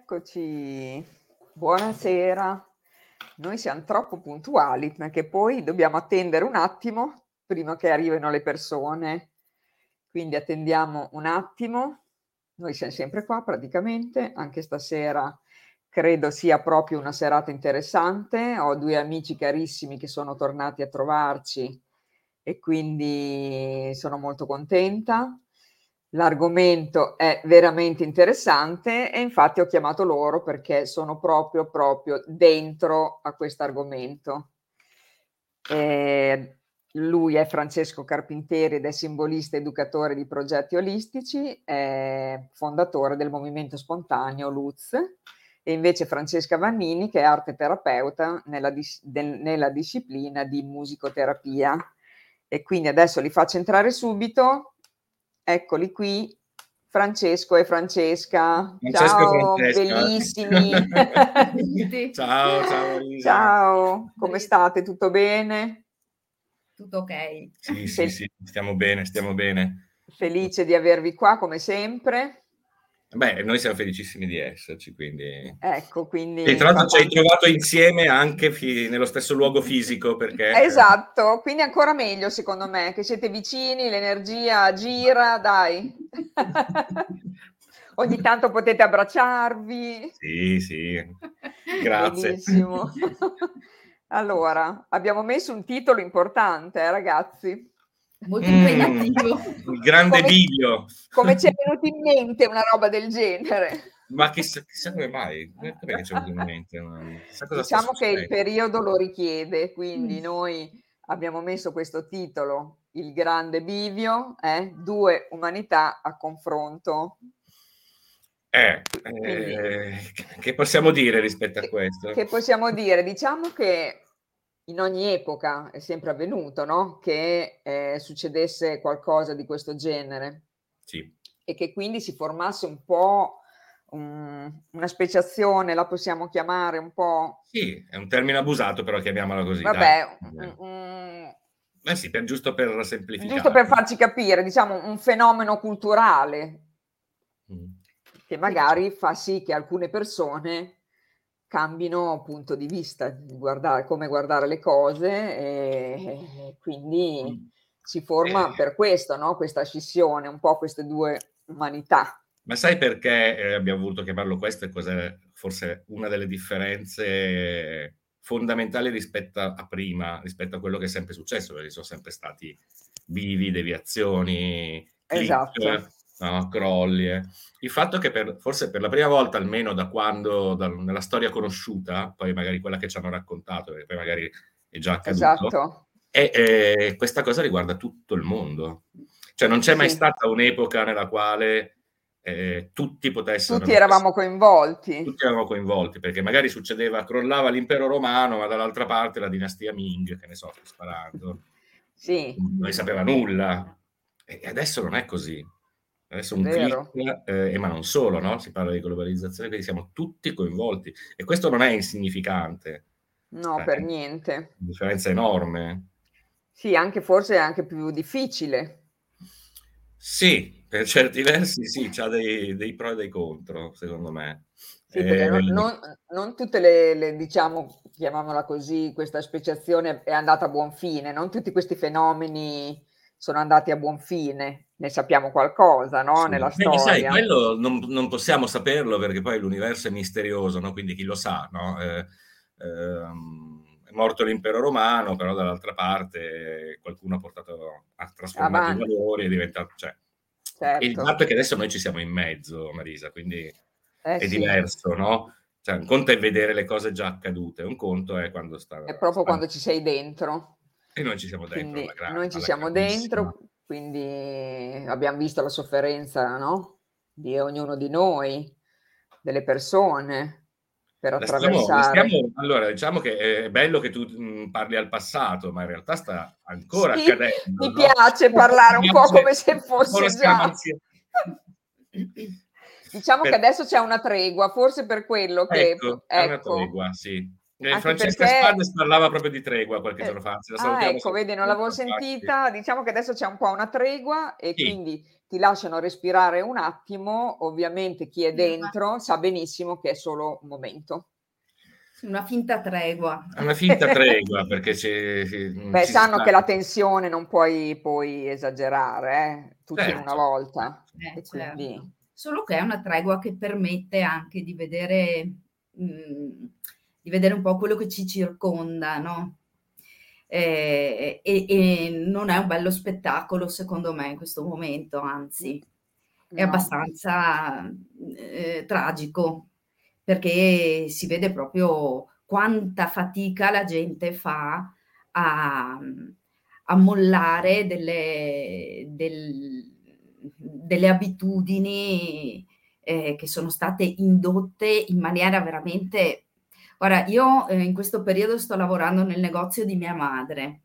Eccoci, buonasera. Noi siamo troppo puntuali perché poi dobbiamo attendere un attimo prima che arrivino le persone. Quindi attendiamo un attimo. Noi siamo sempre qua praticamente, anche stasera credo sia proprio una serata interessante. Ho due amici carissimi che sono tornati a trovarci e quindi sono molto contenta. L'argomento è veramente interessante e infatti ho chiamato loro perché sono proprio dentro a quest'argomento. Lui è Francesco Carpintieri ed è simbolista educatore di progetti olistici, è fondatore del movimento spontaneo Luz, e invece Francesca Vannini che è arte terapeuta nella disciplina di musicoterapia. E quindi adesso li faccio entrare subito. Eccoli qui, Francesco e Francesca. Francesco e Ciao, Francesca. bellissimi. Ciao, ciao Marisa. Ciao, come state? Tutto bene? Tutto ok. Sì, sì, Fel- sì, stiamo bene, stiamo bene. Felice di avervi qua come sempre. Beh, noi siamo felicissimi di esserci, quindi... Ecco, E quindi tra l'altro fa ci hai tanto. trovato insieme anche nello stesso luogo fisico, perché... Esatto, quindi ancora meglio secondo me, che siete vicini, l'energia gira, dai. Ogni tanto potete abbracciarvi. Sì, sì, grazie. Benissimo. Allora, abbiamo messo un titolo importante, ragazzi. Molto impegnativo. Il grande Come, bivio. come ci è venuto in mente una roba del genere? Ma chissà come mai, com'è che ci è venuto in mente? Chissà cosa sta Diciamo che il succedendo. periodo lo richiede, quindi noi abbiamo messo questo titolo, Il grande bivio, due umanità a confronto. Quindi, Che possiamo dire rispetto a questo? che possiamo dire? Diciamo che in ogni epoca è sempre avvenuto, no? Che succedesse qualcosa di questo genere Sì. e che quindi si formasse un po' una speciazione, la possiamo chiamare un po'. Sì, è un termine abusato, però chiamiamola così, dai. Vabbè, Sì, giusto per giusto semplificare. per farci capire, diciamo un fenomeno culturale Mm. che Sì, sì. magari fa sì che alcune persone cambino punto di vista, come guardare le cose e quindi si forma Eh, per questo, no? Questa scissione, un po' queste due umanità. ma sai perché abbiamo voluto chiamarlo questo e cos'è forse una delle differenze fondamentali rispetto a prima, rispetto a quello che è sempre successo, perché sono sempre stati bivi, deviazioni, Esatto, click, no, crolli. Il fatto che forse per la prima volta, almeno da quando, nella storia conosciuta, poi magari quella che ci hanno raccontato, perché poi magari è già accaduto, esatto. e questa cosa riguarda tutto il mondo. Cioè non c'è mai Sì, stata un'epoca nella quale tutti potessero, tutti eravamo coinvolti. tutti erano coinvolti, perché magari succedeva, crollava l'impero romano, ma dall'altra parte la dinastia Ming, che ne so, sto sparando, Sì, non ne sapeva nulla. E adesso non è così. Adesso è un click, vero. ma non solo, no? Si parla di globalizzazione, quindi siamo tutti coinvolti. E questo non è insignificante. No, Cioè, per è una niente. differenza enorme. Sì, anche forse è anche più difficile. Sì, per certi versi sì, c'ha dei pro e dei contro, secondo me. Sì, perché non tutte le diciamo, chiamiamola così, questa speciazione è andata a buon fine, non tutti questi fenomeni sono andati a buon fine, ne sappiamo qualcosa, no, nella Sì. Ma sai, storia. quello non possiamo saperlo perché poi l'universo è misterioso, no? Quindi chi lo sa, no? È morto l'impero romano, però dall'altra parte qualcuno ha trasformato i Avan valori, è diventato... Cioè, e il certo. fatto è che adesso noi ci siamo in mezzo, Marisa, quindi Eh è sì, diverso, no? Cioè, un conto è vedere le cose già accadute, un conto è quando è proprio stanno... quando ci sei dentro. E noi ci siamo dentro Quindi noi ci alla siamo grandissima. dentro, quindi abbiam visto la sofferenza, no, di ognuno di noi, delle persone, per attraversare. Allora, diciamo che è bello che tu parli al passato, ma in realtà sta ancora Sì, accadendo, mi no? piace parlare un po' come se Ora fosse siamo già. anziani. Diciamo che Per- adesso c'è una tregua, forse per quello che ecco, è una ecco, tregua, sì. Anche Francesca perché Spardes parlava proprio di tregua qualche giorno fa, anzi la salutiamo ecco, vedi, non molto l'avevo infatti. sentita. Diciamo che adesso c'è un po' una tregua e Sì, quindi ti lasciano respirare un attimo. Ovviamente chi è Sì, dentro sa benissimo che è solo un momento. una finta tregua. è una finta tregua perché Beh, ci si sanno sta. che la tensione non puoi poi esagerare, tutto in una Certo, volta e quindi Certo. Solo che è una tregua che permette anche di vedere un po' quello che ci circonda, no? E non è un bello spettacolo, secondo me, in questo momento, anzi, è no. abbastanza tragico, perché si vede proprio quanta fatica la gente fa a, a mollare delle abitudini che sono state indotte in maniera veramente... Ora, io in questo periodo sto lavorando nel negozio di mia madre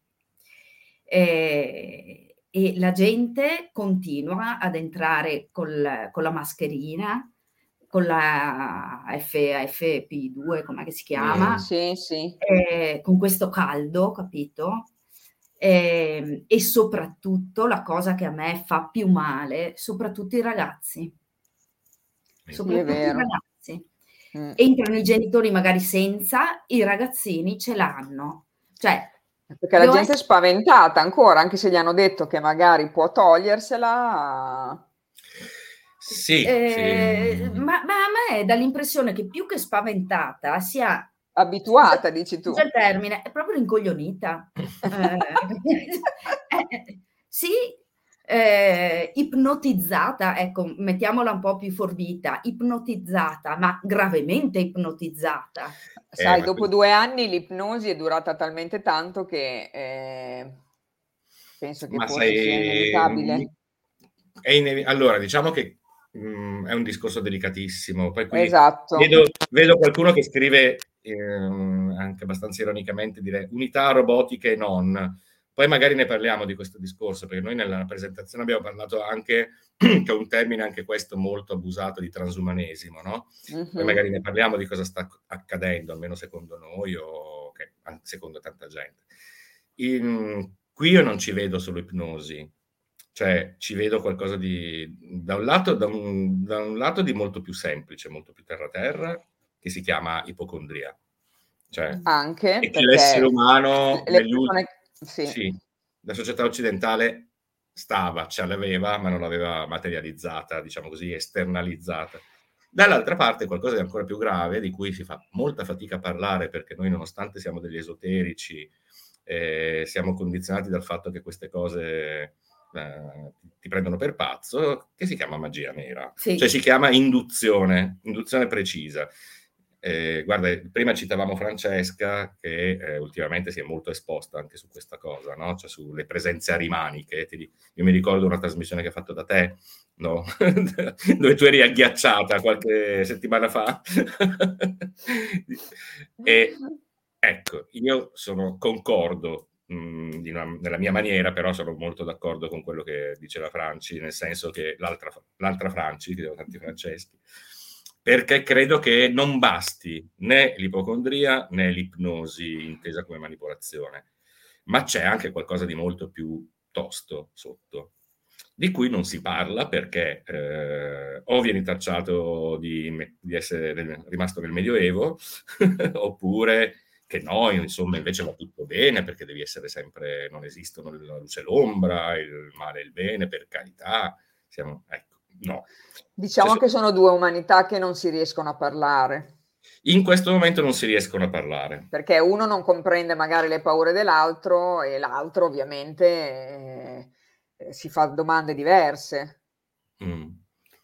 e la gente continua ad entrare con la mascherina, con la FFP2, com'è che si chiama, Sì, sì. con questo caldo, capito? E soprattutto la cosa che a me fa più male, soprattutto i ragazzi. Sì, è Soprattutto i vero. ragazzi. Mh. Entrano i genitori magari senza, i ragazzini ce l'hanno. Cioè, Perché la devo gente è ess spaventata ancora, anche se gli hanno detto che magari può togliersela, Sì, sì. ma a me dà l'impressione che più che spaventata sia, abituata dici tu. scusa il termine, è proprio rincoglionita. Sì, ipnotizzata, ecco, mettiamola un po' più forbita, ipnotizzata, ma gravemente ipnotizzata. Sai, Ma dopo 2 anni l'ipnosi è durata talmente tanto che, penso che Ma forse sia sai, inevitabile. allora diciamo che è un discorso delicatissimo. Poi qui Esatto. vedo qualcuno che scrive anche abbastanza ironicamente, direi unità robotiche e non. Poi magari ne parliamo di questo discorso, perché noi nella presentazione abbiamo parlato anche, che è un termine anche questo molto abusato, di transumanesimo, no? Poi Mh-mh. magari ne parliamo di cosa sta accadendo, almeno secondo noi o secondo tanta gente. Qui io non ci vedo solo ipnosi, cioè ci vedo qualcosa di, da un lato di molto più semplice, molto più terra-terra, che si chiama ipocondria. Cioè, Anche e che l'essere perché umano le negli ultimi... persone sì. Sì, la società occidentale ce l'aveva, ma non l'aveva materializzata, diciamo così, esternalizzata. Dall'altra parte qualcosa di ancora più grave, di cui si fa molta fatica a parlare, perché noi, nonostante siamo degli esoterici, siamo condizionati dal fatto che queste cose ti prendono per pazzo, che si chiama magia nera, cioè Sì. si chiama induzione precisa. Guarda, prima citavamo Francesca che ultimamente si è molto esposta anche su questa cosa, no? Cioè sulle presenze arimaniche. Io mi ricordo una trasmissione che ha fatto da te, no? Dove tu eri agghiacciata qualche settimana fa. E ecco, io concordo nella mia maniera, però sono molto d'accordo con quello che diceva Franci, nel senso che l'altra Franci, che devo tanti Franceschi, perché credo che non basti né l'ipocondria né l'ipnosi intesa come manipolazione, ma c'è anche qualcosa di molto più tosto sotto, di cui non si parla perché o vieni tacciato di essere rimasto nel Medioevo, oppure che no, insomma, invece va tutto bene perché devi essere sempre, non esistono la luce e l'ombra, il male e il bene, per carità. Ecco, no. Diciamo che sono 2 umanità che non si riescono a parlare, In questo momento non si riescono a parlare. perché uno non comprende magari le paure dell'altro e l'altro ovviamente, si fa domande diverse. Mm.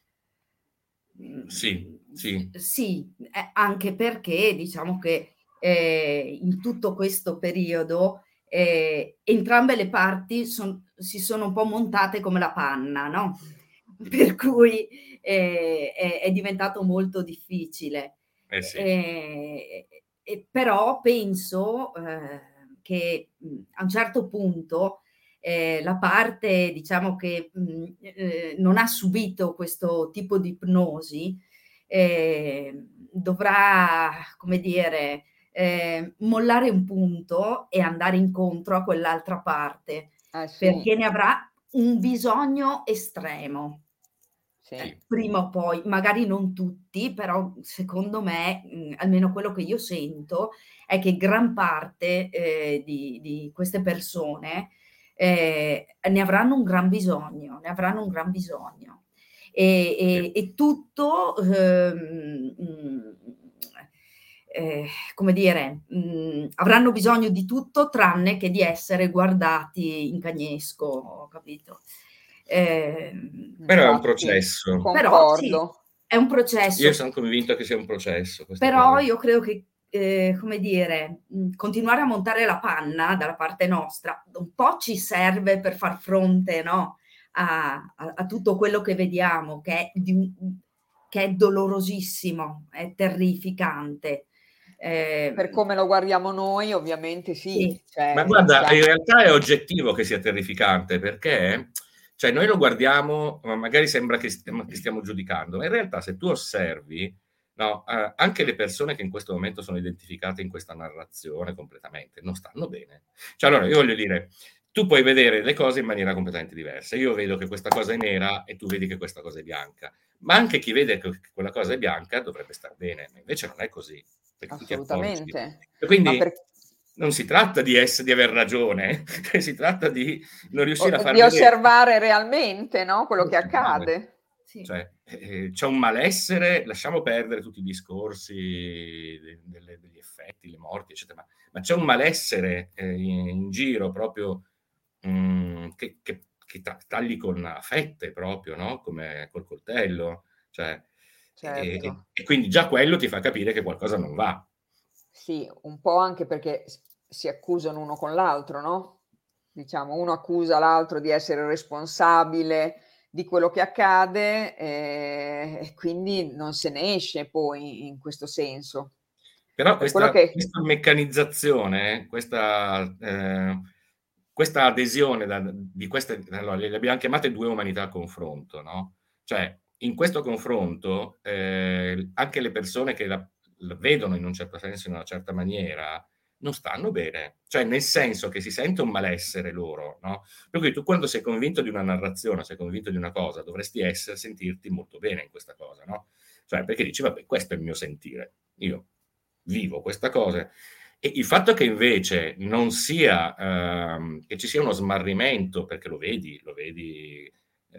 Sì, sì. Sì, anche perché diciamo che in tutto questo periodo entrambe le parti si sono un po' montate come la panna, no? Per cui è diventato molto difficile. Sì. Però penso che a un certo punto la parte, diciamo, che non ha subito questo tipo di ipnosi dovrà, come dire, mollare un punto e andare incontro a quell'altra parte, perché Sì, ne avrà un bisogno estremo. sì. Prima o poi, magari non tutti, però secondo me, almeno quello che io sento, è che gran parte, di queste persone, ne avranno un gran bisogno, ne avranno un gran bisogno. E tutto, come dire, avranno bisogno di tutto tranne che di essere guardati in cagnesco, capito? Però è un Infatti, processo. Però sì, concordo. è un Io processo, sono convinto che sia un processo questa però cosa. io credo che, come dire, continuare a montare la panna dalla parte nostra un po' ci serve per far fronte, no, a tutto quello che vediamo, che è dolorosissimo, è terrificante. Per come lo guardiamo noi, ovviamente sì, Sì, Ma cioè guarda, in siamo realtà è oggettivo che sia terrificante perché, cioè, noi lo guardiamo, ma magari sembra che stiamo giudicando, ma in realtà se tu osservi, no, anche le persone che in questo momento sono identificate in questa narrazione completamente non stanno bene. Cioè, allora, io voglio dire, tu puoi vedere le cose in maniera completamente diversa. Io vedo che questa cosa è nera e tu vedi che questa cosa è bianca. Ma anche chi vede che quella cosa è bianca dovrebbe star bene, ma invece non è così, perché tu ti accorgi. assolutamente. E Ma quindi per non si tratta di aver ragione, si tratta di non riuscire a far di vedere, osservare realmente, no, quello che osservare. accade. sì. Cioè, c'è un malessere, lasciamo perdere tutti i discorsi degli effetti, le morti, eccetera, ma c'è un malessere in giro proprio che tagli con a fette proprio, no? Come col coltello. Cioè, Certo. e quindi già quello ti fa capire che qualcosa non va. Sì, un po' anche perché si accusano uno con l'altro, no, diciamo uno accusa l'altro di essere responsabile di quello che accade, e quindi non se ne esce poi in questo senso. Però Per quello che questa meccanizzazione, questa adesione di queste, allora, le abbiamo chiamate due umanità a confronto, no? Cioè, in questo confronto, anche le persone che la vedono in un certo senso, in una certa maniera, non stanno bene. Cioè, nel senso che si sente un malessere loro, no? Per cui tu quando sei convinto di una narrazione, sei convinto di una cosa, dovresti sentirti molto bene in questa cosa, no? Cioè, perché dici, vabbè, questo è il mio sentire. Io vivo questa cosa. E il fatto che invece non sia, che ci sia uno smarrimento, perché lo vedi,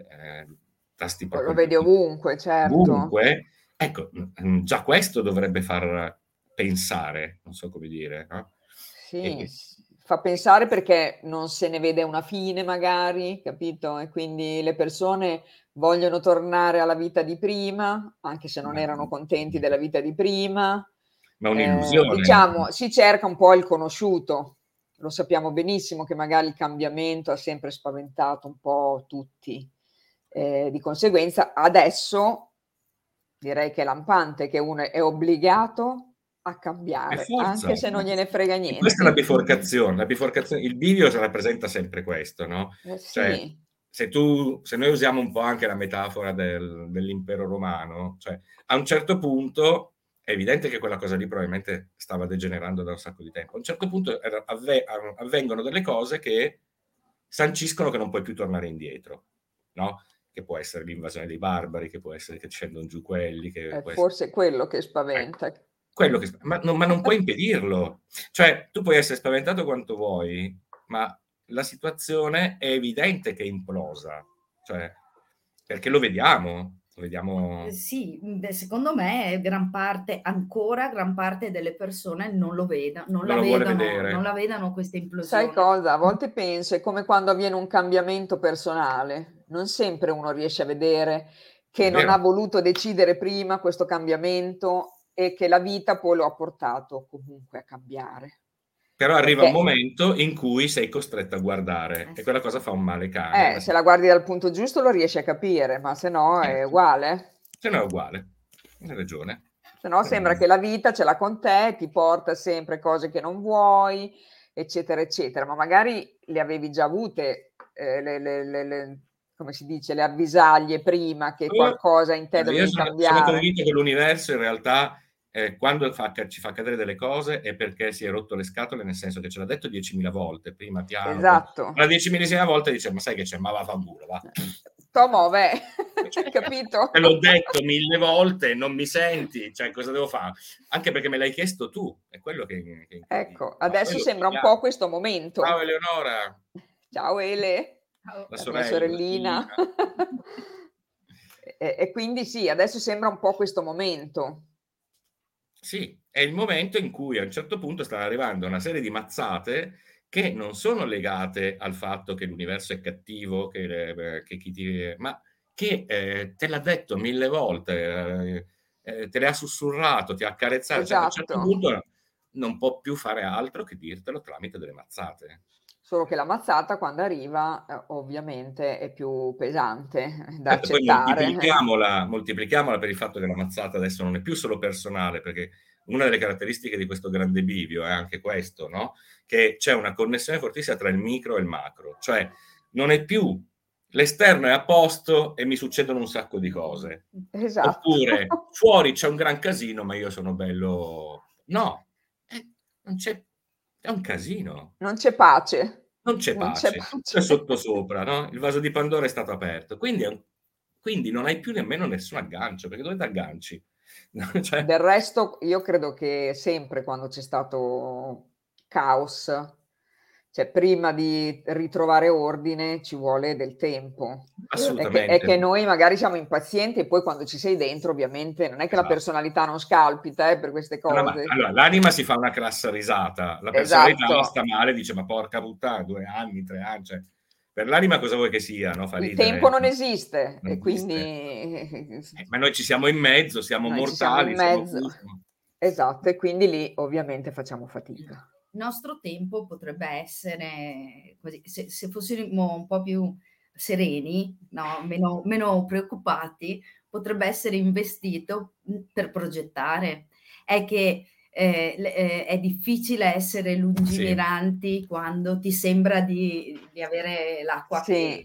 tasti lo proprio vedi ovunque, certo. ovunque, ecco, già questo dovrebbe far pensare, non so come dire, no? Sì, E, fa pensare perché non se ne vede una fine magari, capito? E quindi le persone vogliono tornare alla vita di prima, anche se non ma, erano contenti della vita di prima. ma un'illusione. Diciamo, si cerca un po' il conosciuto. Lo sappiamo benissimo che magari il cambiamento ha sempre spaventato un po' tutti. Di conseguenza adesso direi che è lampante che uno è obbligato a Per cambiare, forza. anche se non gliene frega E questa è la niente. biforcazione. La biforcazione, il bivio rappresenta sempre questo, no? Cioè, Sì, se noi usiamo un po' anche la metafora dell'impero romano, cioè, a un certo punto è evidente che quella cosa lì probabilmente stava degenerando da un sacco di tempo. A un certo punto avvengono delle cose che sanciscono che non puoi più tornare indietro, no? Che può essere l'invasione dei barbari, che può essere che scendono giù quelli, che è può essere... forse quello che Ecco, spaventa. quello che ma non puoi impedirlo. Cioè, tu puoi essere spaventato quanto vuoi, ma la situazione è evidente che è implosa, cioè, perché lo vediamo, Sì, secondo me gran parte delle persone non lo veda non lo vuole vedere. non la vedano questa Sai implosione. cosa? A volte penso, è come quando avviene un cambiamento personale, non sempre uno riesce a vedere È che non vero. ha voluto decidere prima questo cambiamento e che la vita poi lo ha portato comunque a cambiare. Però arriva un Perché momento in cui sei costretto a guardare e Sì. quella cosa fa un male cane, ma se la guardi dal punto giusto lo riesci a capire, ma se no è certo, uguale. se no è uguale. Hai ragione. Se no sembra che la vita ce l'ha con te, ti porta sempre cose che non vuoi, eccetera, eccetera, ma magari le avevi già avute, le come si dice, le avvisaglie prima che qualcosa in te Io dovevi sono cambiare. convinto che l'universo in realtà quando ci fa cadere delle cose è perché si è rotto le scatole, nel senso che ce l'ha detto 10.000 volte, prima piano, Esatto. la 10.000esima volta dice: ma sai che c'è, ma vaffanculo, va. Tomo, capito? Te l'ho detto 1000 volte e non mi senti, cioè cosa devo fare? Anche perché me l'hai chiesto tu, è quello che Ecco, ma adesso poi lo sembra un sappiamo. po' questo momento. Ciao Eleonora, Ciao Ele, Ciao. la la mia sorellina. sorellina. E quindi sì, adesso sembra un po' questo momento. Sì, è il momento in cui a un certo punto stanno arrivando una serie di mazzate che non sono legate al fatto che l'universo è cattivo, che ma che te l'ha detto 1000 volte, te le ha sussurrato, ti ha accarezzato, cioè a un certo Esatto. punto non può più fare altro che dirtelo tramite delle mazzate. Solo che la mazzata quando arriva, ovviamente è più pesante da Certo, poi accettare. moltiplichiamola per il fatto che la mazzata adesso non è più solo personale, perché una delle caratteristiche di questo grande bivio è anche questo, no? Che c'è una connessione fortissima tra il micro e il macro, cioè non è più l'esterno è a posto e mi succedono un sacco di cose, Esatto. oppure fuori c'è un gran casino ma io sono bello. No, non c'è, è un casino. Non c'è pace. Non c'è Non c'è pace, tutto è pace. sottosopra, no, il vaso di Pandora è stato aperto, quindi non hai più nemmeno nessun aggancio, perché dove t'agganci? No, cioè Del resto io credo che sempre quando c'è stato caos, cioè prima di ritrovare ordine ci vuole del tempo. È che assolutamente, noi magari siamo impazienti e poi quando ci sei dentro ovviamente non è che la esatto. personalità non scalpita, per queste No, ma cose. allora l'anima si fa una crassa risata, la personalità Esatto. sta male, dice: "Ma porca puttana, 2 anni, 3 anni", cioè per l'anima cosa vuoi che sia, no, fa Il ridere, tempo non esiste non e esiste. quindi Ma noi ci siamo in mezzo, siamo noi ci siamo in mortali, siamo mezzo. qui, siamo Esatto, e quindi lì ovviamente facciamo fatica. Il nostro tempo potrebbe essere così, se fossimo un po' più sereni, no, meno preoccupati, potrebbe essere investito, per progettare. È che, è difficile essere sì, lungimiranti quando ti sembra di avere l'acqua Sì. che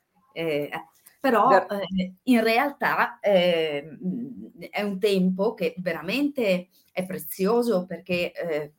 però, Der in realtà, è un tempo che veramente è prezioso perché,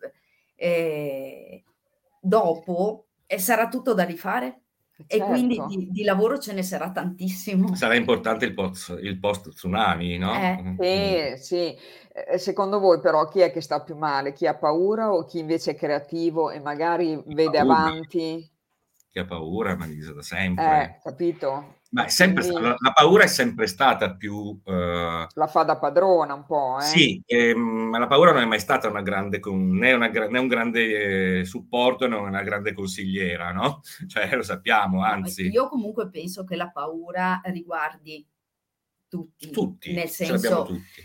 ehm, dopo, sarà tutto da rifare e quindi certo. di lavoro ce ne sarà tantissimo. sarà importante il post tsunami, no? Eh. Sì, sì. Secondo voi però chi è che sta più male? Chi ha paura o chi invece è creativo e magari vede Paura. avanti? Chi ha paura, ma dice da sempre. Capito? Ma è E sempre quindi la paura è sempre stata più, la fa da padrona un po', eh? sì, ma la paura non è mai stata una grande né un grande supporto, né una grande consigliera, no, cioè lo sappiamo, No, anzi io comunque penso che la paura riguardi tutti, tutti, nel ce l'abbiamo senso, tutti.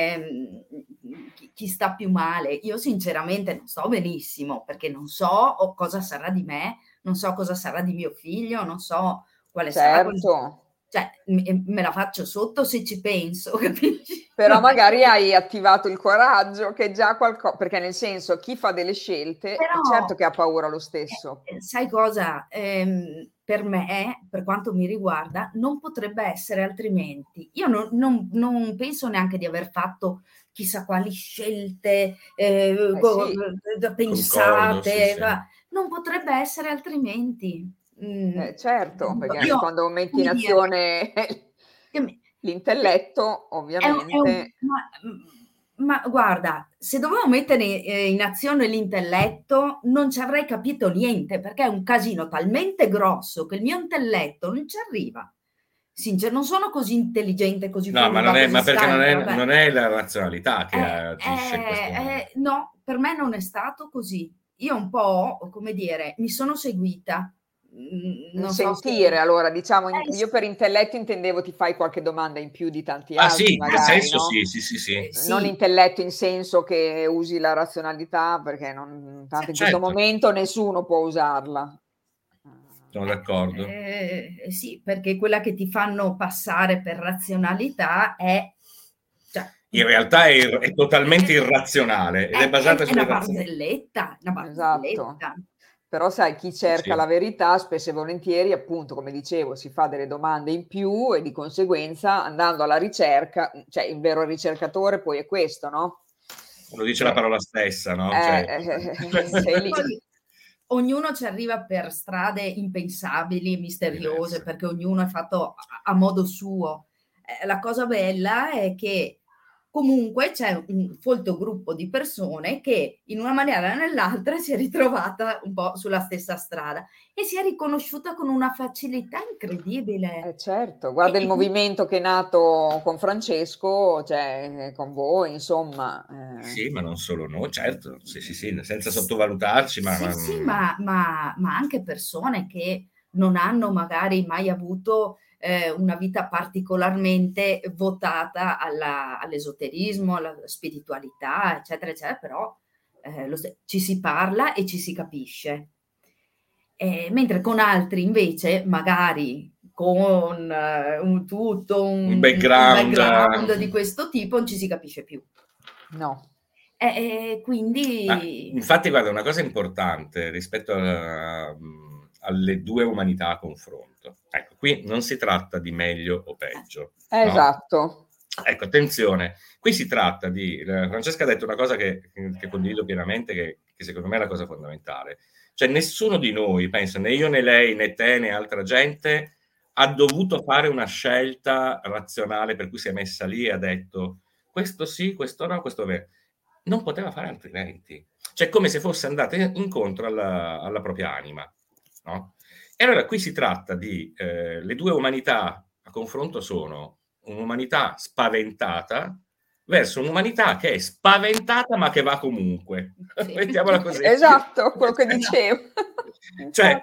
chi sta più male. Io sinceramente non sto benissimo, perché non so o cosa sarà di me, non so cosa sarà di mio figlio, non so quale sarà Certo. cioè me la faccio sotto se ci penso, capisci? Però magari hai attivato il coraggio che è già perché nel senso chi fa delle scelte, certo Però, che ha paura lo stesso. sai cosa? Per me, per quanto mi riguarda, non potrebbe essere altrimenti. Io non penso neanche di aver fatto chissà quali scelte, Sì, Concordo, sì, pensate, sì. non potrebbe essere altrimenti. certo, perché anche Io, quando metti in come dire, azione io mi l'intelletto è un ovviamente ma guarda, se dovevo mettere, in azione l'intelletto non ci avrei capito niente, perché è un casino talmente grosso che il mio intelletto non ci arriva. Non sono così intelligente, così No, furba, così ma perché scarica, vabbè. non è la razionalità che agisce in questo modo. No, per me non è stato così. Io un po', come dire, mi sono seguita. un Non so se sentire allora, diciamo io sì. per intelletto intendevo ti fai qualche domanda in più di tanti Ah altri sì, in quel magari, senso no, sì, sì, sì, sì. non Sì, intelletto in senso che usi la razionalità perché non tanto in questo Certo, momento nessuno può usarla. sono d'accordo. sì, perché quella che ti fanno passare per razionalità è cioè, In realtà è totalmente irrazionale ed è basata è una sull'irrazionalità. barzelletta, una Esatto. barzelletta. Però sai, chi cerca Sì. la verità spesso e volentieri, appunto, come dicevo, si fa delle domande in più e di conseguenza andando alla ricerca, cioè il vero ricercatore poi è questo, no, Lo dice la parola stessa, no? sei lì. Poi ognuno ci arriva per strade impensabili, misteriose, Diverse. perché ognuno è fatto a modo suo. La cosa bella è che comunque c'è un folto gruppo di persone che in una maniera o nell'altra si è ritrovata un po' sulla stessa strada e si è riconosciuta con una facilità incredibile. Certo, guarda il movimento che è nato con Francesco, cioè con voi, insomma. Sì, ma non solo noi, certo, sì, senza sottovalutarci, Sì, ma anche persone che non hanno magari mai avuto una vita particolarmente votata all'esoterismo, alla spiritualità, eccetera, eccetera, però ci si parla e ci si capisce. Mentre con altri invece, magari con un background di questo tipo, non ci si capisce più. No. Quindi... infatti, guarda, una cosa importante rispetto alle due umanità a confronto. Ecco, qui non si tratta di meglio o peggio. Esatto. No? Ecco, attenzione, qui si tratta di... Francesca ha detto una cosa che condivido pienamente, che secondo me è la cosa fondamentale. Cioè, nessuno di noi, penso, né io né lei, né te, né altra gente, ha dovuto fare una scelta razionale per cui si è messa lì e ha detto questo sì, questo no, questo vero. Non poteva fare altrimenti. Cioè, come se fosse andata incontro alla propria anima, no? E allora qui si tratta di... le due umanità a confronto sono un'umanità spaventata verso un'umanità che è spaventata ma che va comunque. Sì. Mettiamola così. Esatto, quello che dicevo. Cioè,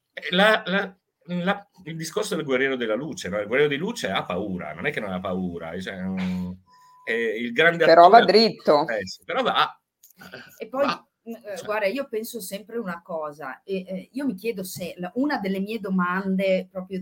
il discorso del guerriero della luce, no? Il guerriero di luce ha paura, non è che non ha paura, cioè, il grande però attore va dritto. però va. E poi, cioè. guarda, io penso sempre una cosa, io mi chiedo se una delle mie domande proprio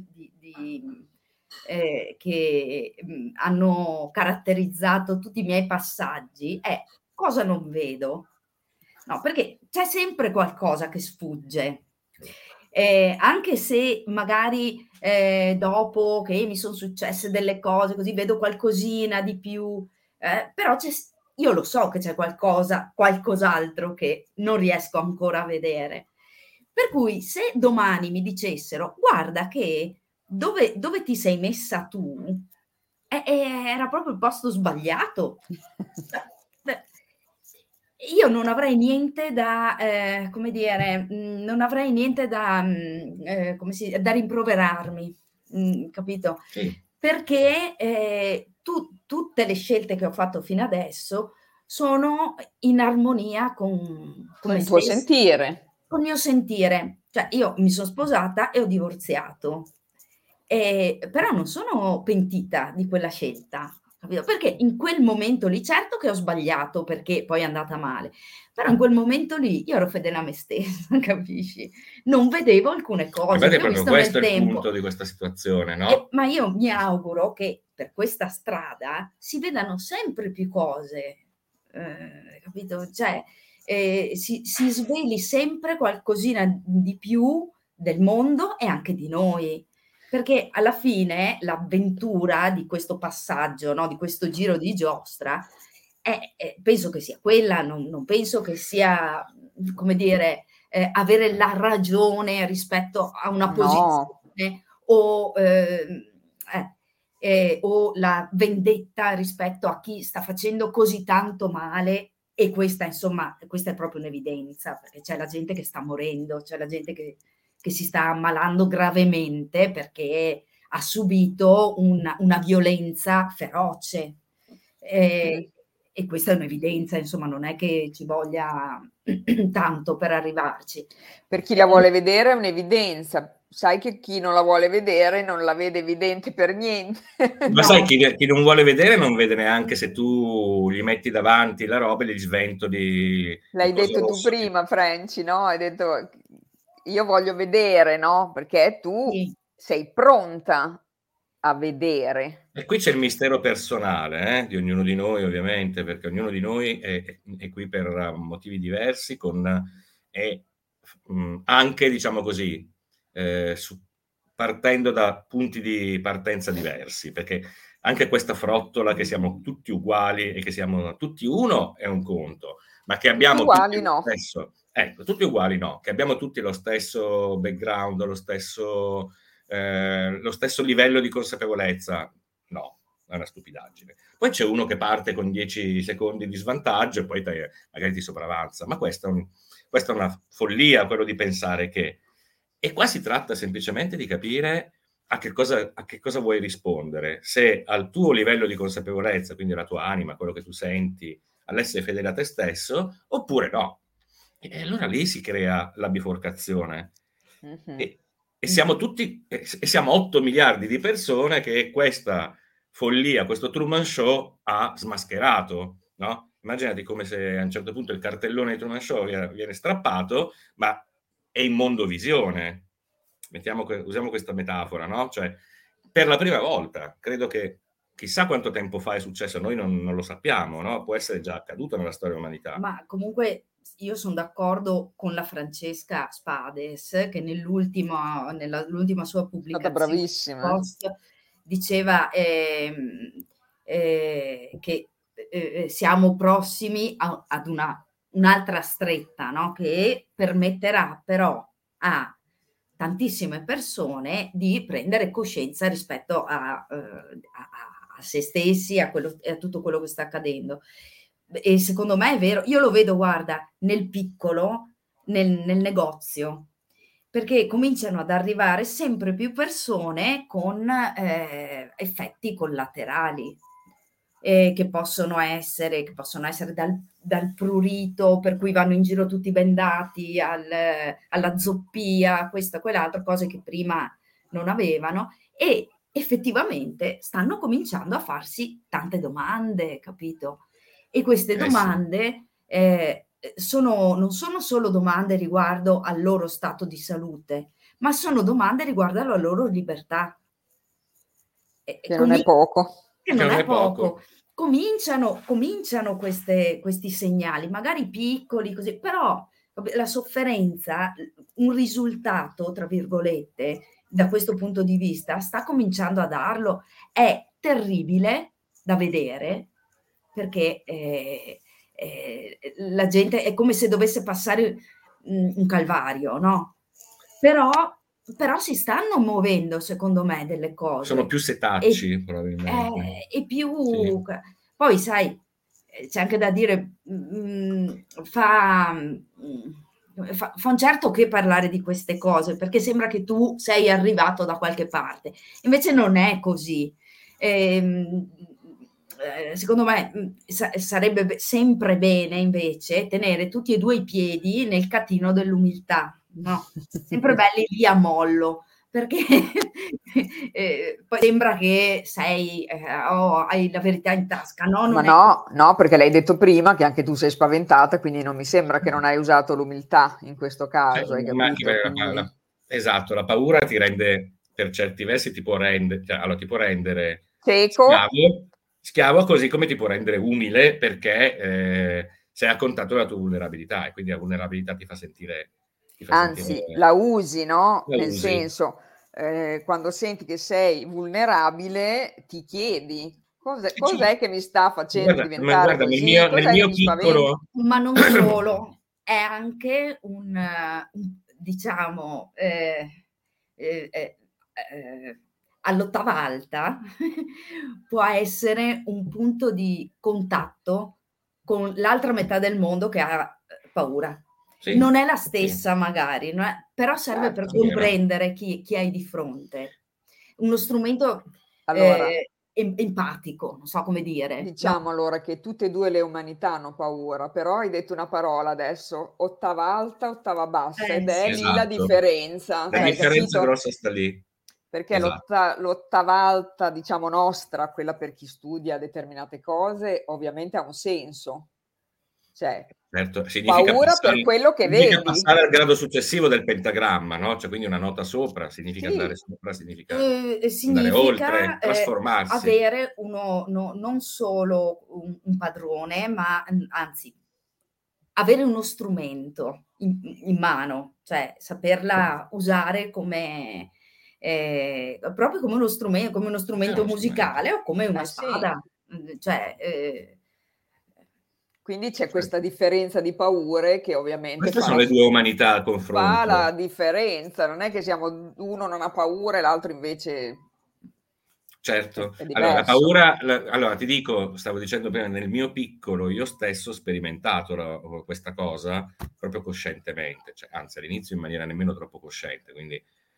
che hanno caratterizzato tutti i miei passaggi è: cosa non vedo? No, perché c'è sempre qualcosa che sfugge. Anche se magari dopo che mi sono successe delle cose così vedo qualcosina di più, però io lo so che c'è qualcos'altro che non riesco ancora a vedere. Per cui se domani mi dicessero guarda che dove ti sei messa tu era proprio il posto sbagliato. Io non avrei niente da, come dire, non avrei niente da, da rimproverarmi, capito? Sì. Perché tutte le scelte che ho fatto fino adesso sono in armonia con il tuo sentire. Con il mio sentire. Cioè, io mi sono sposata e ho divorziato, però non sono pentita di quella scelta. Perché in quel momento lì, certo che ho sbagliato perché poi è andata male, però in quel momento lì io ero fedele a me stessa, capisci? Non vedevo alcune cose. È proprio questo il punto di questa situazione, no? Ma io mi auguro che per questa strada si vedano sempre più cose, capito? Cioè, si sveli sempre qualcosina di più del mondo e anche di noi. Perché alla fine l'avventura di questo passaggio, no, di questo giro di giostra, penso che sia quella, non penso che sia, come dire, avere la ragione rispetto a una posizione o la vendetta rispetto a chi sta facendo così tanto male. E questa, insomma, questa è proprio un'evidenza, perché c'è la gente che sta morendo, c'è la gente che si sta ammalando gravemente perché ha subito una violenza feroce. E questa è un'evidenza, insomma, non è che ci voglia tanto per arrivarci. Per chi la vuole vedere è un'evidenza. Sai che chi non la vuole vedere non la vede evidente per niente. Ma sai, chi non vuole vedere non vede neanche se tu gli metti davanti la roba e gli sventoli. L'hai detto tu prima, Franci, no? Hai detto io voglio vedere, no? Perché tu sei pronta a vedere. E qui c'è il mistero personale di ognuno di noi, ovviamente, perché ognuno di noi è qui per motivi diversi, anche, diciamo così, partendo da punti di partenza diversi, perché anche questa frottola che siamo tutti uguali e che siamo tutti uno è un conto, ma che abbiamo uguali, tutti lo no. stesso, ecco, tutti uguali no, che abbiamo tutti lo stesso background, lo stesso livello di consapevolezza, no, è una stupidaggine. Poi c'è uno che parte con 10 secondi di svantaggio e poi magari ti sopravanza, ma questa è una follia, quello di pensare che... E qua si tratta semplicemente di capire a che cosa vuoi rispondere, se al tuo livello di consapevolezza, quindi alla tua anima, quello che tu senti, all'essere fedele a te stesso, oppure no. E allora lì si crea la biforcazione. E siamo tutti, e siamo 8 miliardi di persone che questa follia, questo Truman Show ha smascherato, no? Immaginati come se a un certo punto il cartellone di Truman Show viene strappato, ma è in mondovisione. Usiamo questa metafora, no? Cioè, per la prima volta, credo che chissà quanto tempo fa è successo, noi non lo sappiamo, no? Può essere già accaduto nella storia dell'umanità. Ma comunque io sono d'accordo con la Francesca Spades che nell'ultima sua Stata pubblicazione bravissima. post diceva che siamo prossimi ad un'altra stretta, no? Che permetterà però a tantissime persone di prendere coscienza rispetto a se stessi, a tutto quello che sta accadendo. E secondo me è vero, io lo vedo, guarda, nel piccolo, nel negozio, perché cominciano ad arrivare sempre più persone con effetti collaterali. Che possono essere dal prurito, per cui vanno in giro tutti bendati, alla zoppia, questo, quell'altro, cose che prima non avevano, e effettivamente stanno cominciando a farsi tante domande, capito? E queste domande non sono solo domande riguardo al loro stato di salute, ma sono domande riguardo alla loro libertà. Che non è poco. Che non è poco. Cominciano questi segnali, magari piccoli, così, però la sofferenza, un risultato, tra virgolette, da questo punto di vista, sta cominciando a darlo. È terribile da vedere, perché la gente è come se dovesse passare un calvario, no? Però si stanno muovendo, secondo me, delle cose. Sono più setacci, probabilmente. E più... Sì. Poi, sai, c'è anche da dire, fa un certo che parlare di queste cose, perché sembra che tu sei arrivato da qualche parte. Invece non è così. Secondo me sarebbe sempre bene invece tenere tutti e due i piedi nel catino dell'umiltà, no? Sempre belli lì a mollo, perché poi sembra che sei hai la verità in tasca, no? Ma no, perché l'hai detto prima che anche tu sei spaventata, quindi non mi sembra che non hai usato l'umiltà in questo caso, hai capito? Esatto, la paura ti rende, per certi versi ti può rendere cieco, schiavo, così come ti può rendere umile, perché sei a contatto della tua vulnerabilità, e quindi la vulnerabilità ti fa sentire... Anzi, la usi, no? La Nel usi. senso, quando senti che sei vulnerabile, ti chiedi cos'è che mi sta facendo diventare così? Cos'è che mi spaventa? Ma non solo, è anche diciamo, all'8ª alta può essere un punto di contatto con l'altra metà del mondo che ha paura. Sì, non è la stessa, sì, magari, no? Però serve per comprendere chi hai di fronte. Uno strumento empatico, non so come dire. Diciamo allora che tutte e due le umanità hanno paura, però hai detto una parola adesso, 8ª alta, 8ª bassa, ed è lì la differenza. La differenza grossa sta lì. Perché l'8ª alta, diciamo nostra, quella per chi studia determinate cose, ovviamente ha un senso. Cioè, certo, paura per quello che vedi. Passare al grado successivo del pentagramma, no? Cioè, quindi una nota sopra, significa andare sopra, significa andare oltre, trasformarsi. Avere non solo un padrone, ma anzi, avere uno strumento in mano, cioè saperla usare come proprio come uno strumento musicale o come una sì. spada. Cioè, Quindi c'è questa differenza di paure che ovviamente Queste sono le due umanità al confronto. fa la differenza, non è che uno non ha paura e l'altro invece Certo, è allora diverso. allora ti dico, stavo dicendo prima, nel mio piccolo io stesso ho sperimentato questa cosa proprio coscientemente, cioè, anzi all'inizio in maniera nemmeno troppo cosciente, quindi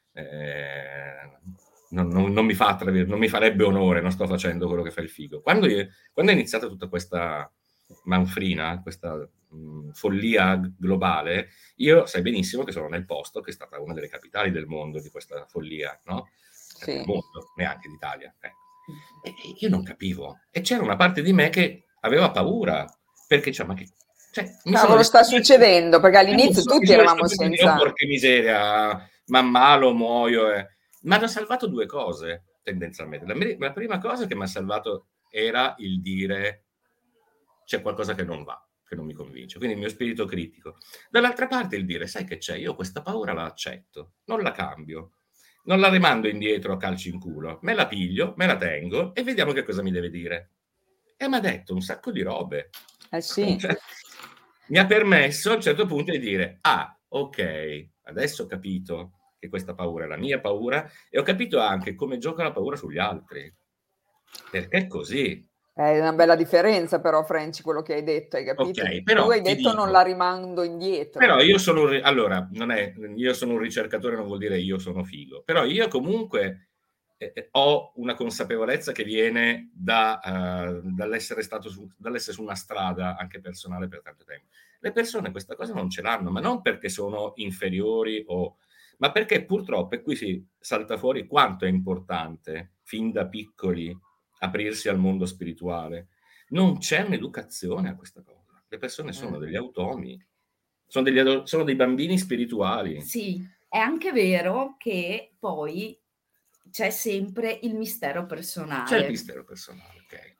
non mi farebbe onore, non sto facendo quello che fa il figo. Quando è iniziata tutta questa manfrina, questa follia globale, io sai benissimo che sono nel posto che è stata una delle capitali del mondo di questa follia, no? Sì. Del mondo, neanche d'Italia. E io non capivo. E c'era una parte di me che aveva paura, perché Cavolo, sta succedendo, perché all'inizio tutti eravamo senza... porca miseria, ma malo, muoio. Mi hanno salvato due cose, tendenzialmente. La prima cosa che mi ha salvato era il dire c'è qualcosa che non va, che non mi convince, quindi il mio spirito critico. Dall'altra parte il dire, sai che c'è, io questa paura la accetto, non la cambio, non la rimando indietro a calci in culo, me la piglio, me la tengo e vediamo che cosa mi deve dire. E mi ha detto un sacco di robe. Sì. Cioè, mi ha permesso a un certo punto di dire, ok, adesso ho capito che questa paura è la mia paura e ho capito anche come gioca la paura sugli altri. Perché è così. È una bella differenza però, Franci, quello che hai detto, hai capito? Ok, però tu hai ti detto dico, non la rimando indietro. Però io sono io sono un ricercatore, non vuol dire io sono figo, però io comunque ho una consapevolezza che viene dall'essere su una strada anche personale per tanto tempo. Le persone questa cosa non ce l'hanno, ma non perché sono inferiori ma perché purtroppo, e qui si salta fuori quanto è importante fin da piccoli aprirsi al mondo spirituale. Non c'è un'educazione a questa cosa. Le persone sono degli automi, sono dei bambini spirituali. Sì, è anche vero che poi c'è sempre il mistero personale. C'è il mistero personale, ok.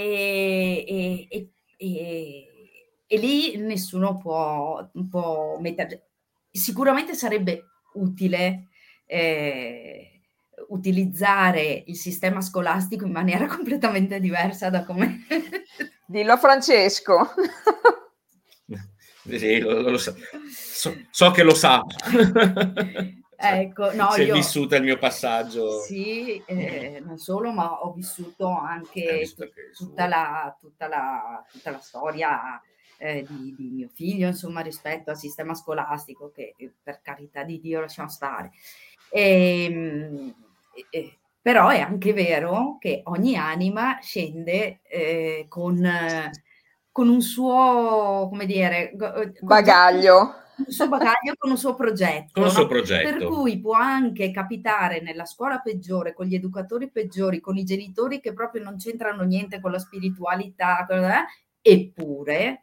E lì nessuno può mettere... Sicuramente sarebbe utile utilizzare il sistema scolastico in maniera completamente diversa da come... Dillo a Francesco. Sì, lo sa. So che lo sa. Ecco, no, si è vissuta il mio passaggio. Sì, non solo, ma ho vissuto anche tutta la storia di mio figlio, insomma, rispetto al sistema scolastico, che per carità di Dio lasciamo stare. Però è anche vero che ogni anima scende con un suo, come dire, bagaglio. Un suo bagaglio, con un suo progetto. Con un suo no? progetto. Per cui può anche capitare nella scuola peggiore, con gli educatori peggiori, con i genitori che proprio non c'entrano niente con la spiritualità, eppure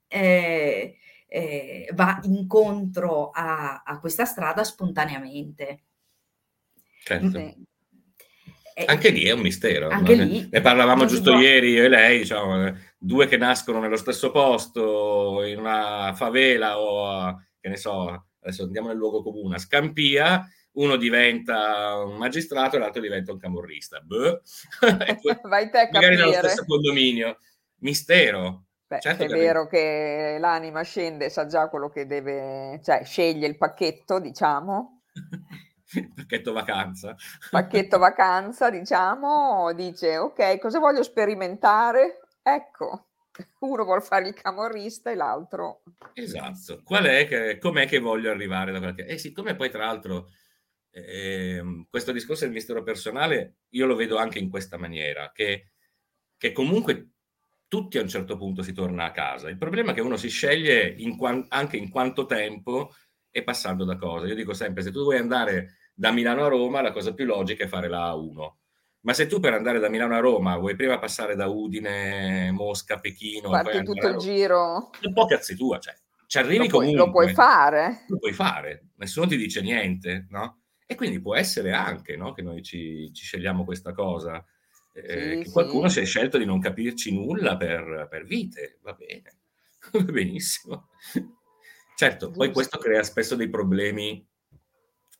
va incontro a questa strada spontaneamente. Certo. Anche lì è un mistero. Anche lì. Ne parlavamo giusto ieri io e lei, diciamo, due che nascono nello stesso posto, in una favela o, che ne so, adesso andiamo nel luogo comune, a Scampia, uno diventa un magistrato e l'altro diventa un camorrista. E poi, vai te a magari capire. nello stesso condominio. Mistero. Beh, certo è vero che l'anima scende, sa già quello che deve, cioè sceglie il pacchetto, diciamo. Pacchetto vacanza. Pacchetto vacanza, diciamo, dice ok, cosa voglio sperimentare? Ecco, uno vuol fare il camorrista e l'altro... Esatto, com'è che voglio arrivare da qualche... siccome poi tra l'altro questo discorso del mistero personale io lo vedo anche in questa maniera, che comunque tutti a un certo punto si torna a casa. Il problema è che uno si sceglie anche in quanto tempo e passando da cose. Io dico sempre, se tu vuoi andare da Milano a Roma, la cosa più logica è fare la A1. Ma se tu per andare da Milano a Roma vuoi prima passare da Udine, Mosca, Pechino... Farti tutto il giro... Un po' cazzi tua, cioè, ci arrivi comunque. Lo puoi fare. Lo puoi fare, nessuno ti dice niente, no? E quindi può essere anche, no, che noi ci scegliamo questa cosa. Che qualcuno si è scelto di non capirci nulla per vite, va bene, va benissimo. Certo, poi questo crea spesso dei problemi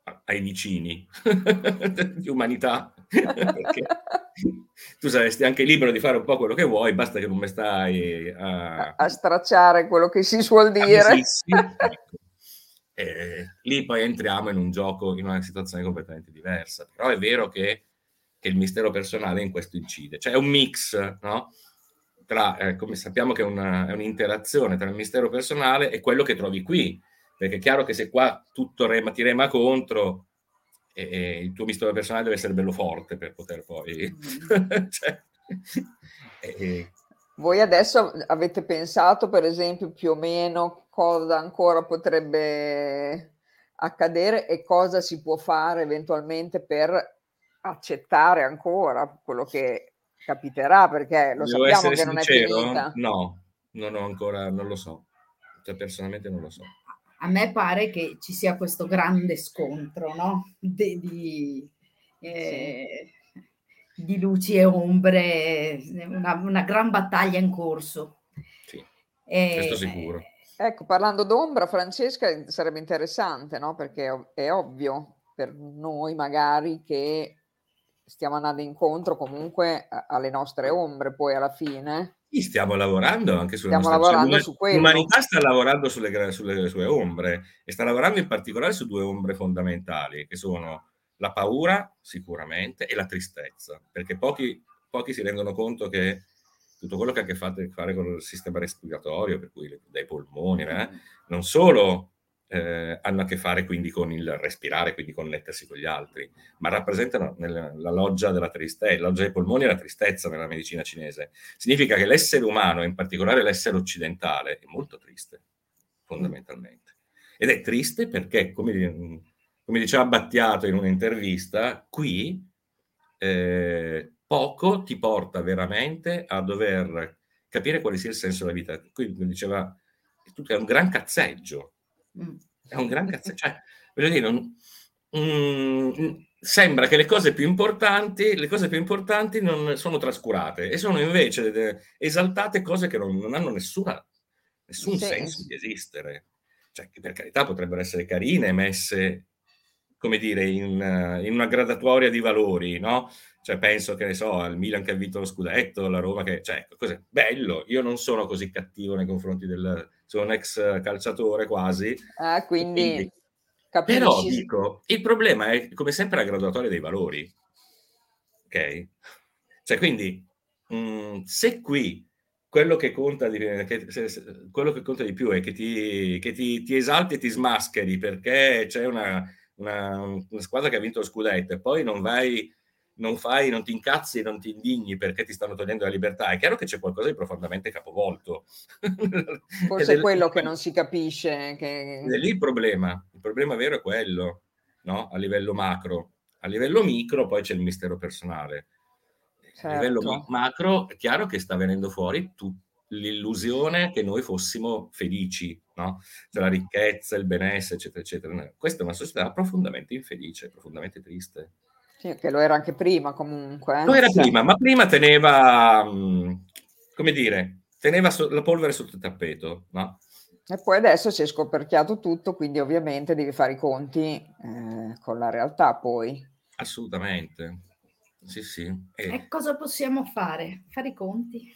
ai vicini di umanità, perché tu saresti anche libero di fare un po' quello che vuoi, basta che non mi stai A stracciare quello che si suol a dire. ecco. Lì poi entriamo in un gioco, in una situazione completamente diversa. Però è vero che il mistero personale in questo incide. Cioè è un mix, no? Tra, come sappiamo che è un'interazione tra il mistero personale e quello che trovi qui. Perché è chiaro che se qua tutto ti rema contro, il tuo mistero personale deve essere bello forte per poter poi... cioè, Voi adesso avete pensato, per esempio, più o meno cosa ancora potrebbe accadere e cosa si può fare eventualmente per accettare ancora quello che capiterà, perché lo Devo sappiamo essere che non è sincero? finita. No, non ho ancora, non lo so. Cioè, personalmente non lo so. A me pare che ci sia questo grande scontro, no? Di luci e ombre, una gran battaglia in corso. Sì, questo E, sicuro. Ecco, parlando d'ombra, Francesca, sarebbe interessante, no? Perché è ovvio per noi magari che stiamo andando incontro comunque alle nostre ombre, poi alla fine. Sì, stiamo lavorando anche sulle Stiamo nostre... Cioè, lavorando su quello. l'umanità sta lavorando sulle sue ombre e sta lavorando in particolare su due ombre fondamentali, che sono la paura, sicuramente, e la tristezza. Perché pochi si rendono conto che tutto quello che ha a che fare con il sistema respiratorio, per cui dai polmoni, non solo hanno a che fare quindi con il respirare, quindi connettersi con gli altri, ma rappresentano la loggia della tristezza, la loggia dei polmoni è la tristezza nella medicina cinese. Significa che l'essere umano, in particolare l'essere occidentale, è molto triste, fondamentalmente. Ed è triste perché, come diceva Battiato in un'intervista, qui poco ti porta veramente a dover capire quale sia il senso della vita. Qui diceva, è un gran cazzeggio. È un gran cazzeggio. Cioè, voglio dire, sembra che le cose più importanti non sono trascurate e sono invece esaltate cose che non hanno nessun senso di esistere. Cioè, che per carità potrebbero essere carine, messe, come dire, in una gradatoria di valori, no? Cioè, penso, che ne so, al Milan che ha vinto lo scudetto, la Roma che... Cioè, cos'è? Bello, io non sono così cattivo nei confronti sono un ex calciatore quasi, Quindi però capisci. dico, il problema è come sempre la graduatoria dei valori, ok? Cioè, quindi, se qui quello che conta quello che conta di più è che ti esalti e ti smascheri perché c'è una squadra che ha vinto lo scudetto e poi non ti incazzi e non ti indigni perché ti stanno togliendo la libertà, è chiaro che c'è qualcosa di profondamente capovolto. Forse è quello che non si capisce. Ed è lì il problema vero è quello, no? A livello macro. A livello micro poi c'è il mistero personale. A livello Certo. macro è chiaro che sta venendo fuori l'illusione che noi fossimo felici, no? Cioè la ricchezza, il benessere, eccetera, eccetera. Questa è una società profondamente infelice, profondamente triste. Sì, che lo era anche prima comunque. Lo era prima, ma prima teneva, come dire, teneva la polvere sotto il tappeto, no? E poi adesso si è scoperchiato tutto, quindi ovviamente devi fare i conti con la realtà poi. Assolutamente. Sì, sì. E cosa possiamo fare? Fare i conti.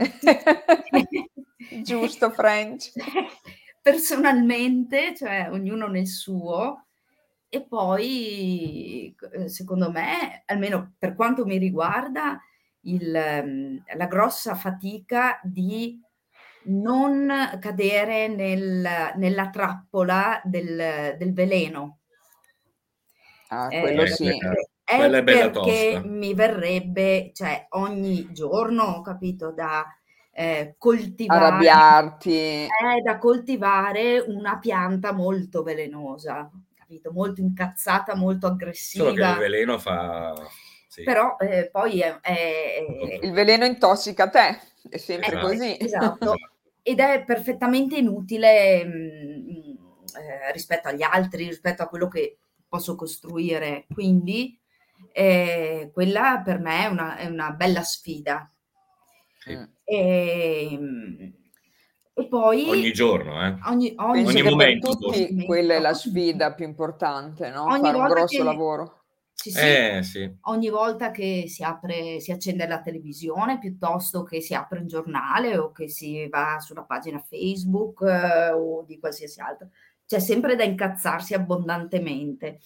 Giusto, French. Personalmente, cioè ognuno nel suo, e poi secondo me, almeno per quanto mi riguarda, la grossa fatica di non cadere nella trappola del veleno. Quello sì. Quella è bella Perché tosta. mi verrebbe, cioè ogni giorno, ho capito, da coltivare, Arrabbiarti. da coltivare una pianta molto velenosa, capito? Molto incazzata, molto Solo che il aggressiva. veleno fa... Sì. Però poi Il veleno intossica te, è sempre così. Esatto. Ed è perfettamente inutile rispetto agli altri, rispetto a quello che posso costruire. Quindi quella per me è una bella sfida. Sì. E poi ogni giorno, ogni Penso che per momento tutti quella è la sfida più importante, no, ogni fare un volta grosso che lavoro. sì, sì, sì. ogni volta che si accende la televisione, piuttosto che si apre un giornale o che si va sulla pagina Facebook, o di qualsiasi altro. C'è sempre da incazzarsi abbondantemente.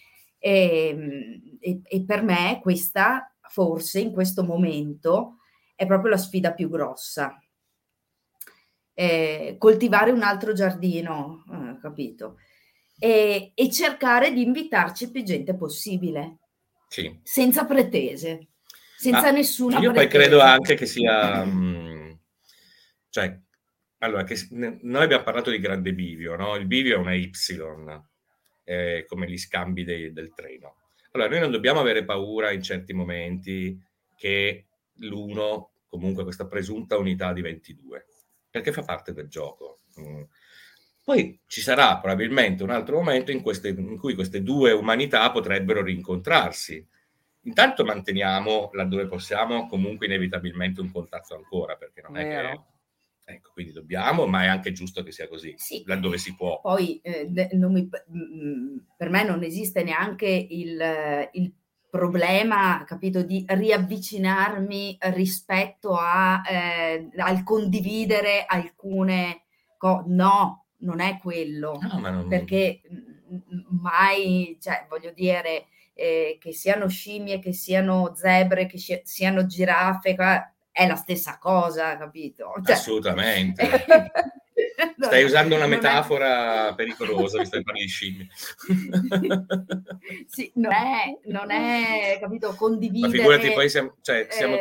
E per me questa, forse in questo momento, è proprio la sfida più grossa. Coltivare un altro giardino, capito? E cercare di invitarci più gente possibile, Sì. senza pretese, senza nessuna Io poi pretesa. credo anche che sia, cioè, allora, noi abbiamo parlato di grande bivio, no? Il bivio è una Y, come gli scambi del treno. Allora, noi non dobbiamo avere paura in certi momenti che l'uno, comunque questa presunta unità, diventi due, perché fa parte del gioco. Poi ci sarà probabilmente un altro momento in cui queste due umanità potrebbero rincontrarsi. Intanto manteniamo, laddove possiamo, comunque inevitabilmente un contatto ancora, perché non è che... Vero. Ecco, quindi dobbiamo, ma è anche giusto che sia così, Sì, laddove si può. poi per me non esiste neanche il problema, capito, di riavvicinarmi rispetto al condividere alcune cose. No, non è quello, No, ma non... perché mai, cioè, voglio dire, che siano scimmie, che siano zebre, che siano giraffe, è la stessa cosa, capito? Cioè, assolutamente. no, Stai usando una non è... metafora pericolosa, visto che parli di scimmie. Sì, non è, capito, condividere... Ma figurati, poi siamo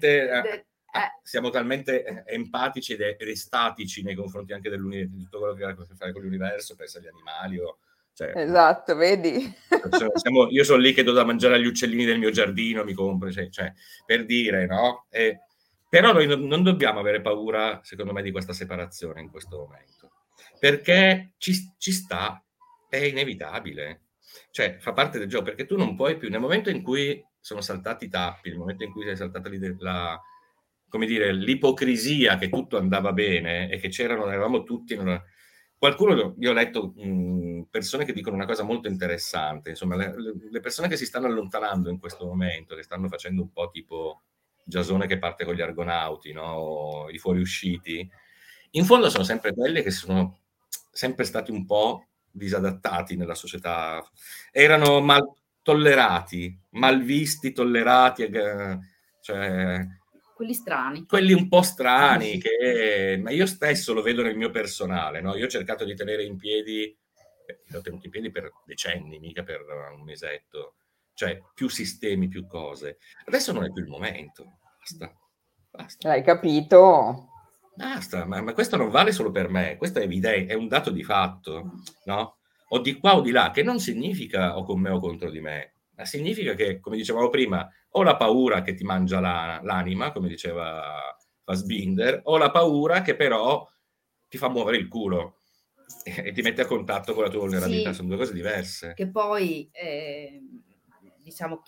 talmente empatici ed estatici nei confronti anche di tutto quello che ha a che fare con l'universo, pensa agli animali o... Cioè, Esatto, vedi? io sono lì che do da mangiare agli uccellini del mio giardino, mi compro, cioè, per dire, no? Però noi non dobbiamo avere paura, secondo me, di questa separazione in questo momento, perché ci sta, è inevitabile, cioè fa parte del gioco, perché tu non puoi più, nel momento in cui sono saltati i tappi, nel momento in cui è saltata come dire, l'ipocrisia che tutto andava bene e che eravamo tutti... Qualcuno, io ho letto persone che dicono una cosa molto interessante, insomma, le persone che si stanno allontanando in questo momento, che stanno facendo un po' tipo Giasone che parte con gli Argonauti, no? I fuoriusciti, in fondo sono sempre quelle che sono sempre stati un po' disadattati nella società, erano mal tollerati, mal visti, tollerati, cioè... quelli strani. Quelli un po' strani, ma io stesso lo vedo nel mio personale, no? Io ho cercato di tenere in piedi, l'ho tenuto in piedi per decenni, mica per un mesetto, cioè più sistemi, più cose. Adesso non è più il momento, basta. L'hai capito? Basta, ma questo non vale solo per me, questo è evidente, è un dato di fatto, no? O di qua o di là, che non significa o con me o contro di me, ma significa che, come dicevamo prima, ho la paura che ti mangia l'anima, come diceva Fassbinder, o la paura che però ti fa muovere il culo e ti mette a contatto con la tua vulnerabilità, sì, sono due cose diverse. Che poi, diciamo,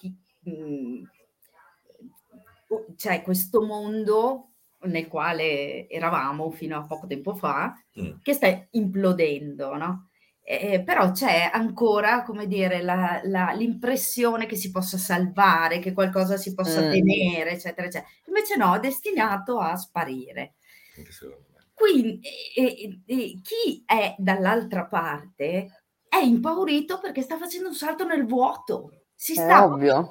c'è questo mondo nel quale eravamo fino a poco tempo fa, che sta implodendo, no? Però c'è ancora, come dire, l'impressione che si possa salvare, che qualcosa si possa tenere, eccetera, eccetera. Invece no, è destinato a sparire. Quindi chi è dall'altra parte è impaurito perché sta facendo un salto nel vuoto. Si sta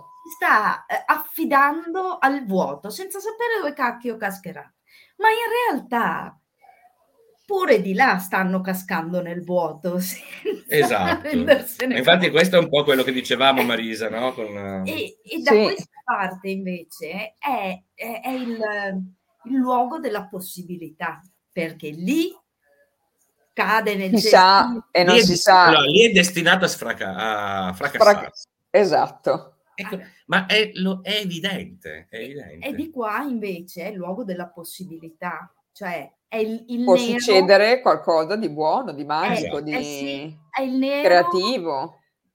affidando al vuoto senza sapere dove cacchio cascherà. Ma in realtà pure di là stanno cascando nel vuoto. Esatto. Infatti questo è un po' quello che dicevamo, Marisa, no? E da questa parte invece è il luogo della possibilità, perché lì cade nel si sa e non si sa. Allora, lì è destinato a fracassare. Esatto. Ecco, ma è evidente, è evidente. E di qua invece è il luogo della possibilità, cioè è il può nero, succedere qualcosa di buono, di magico, sì, di è il nero, creativo.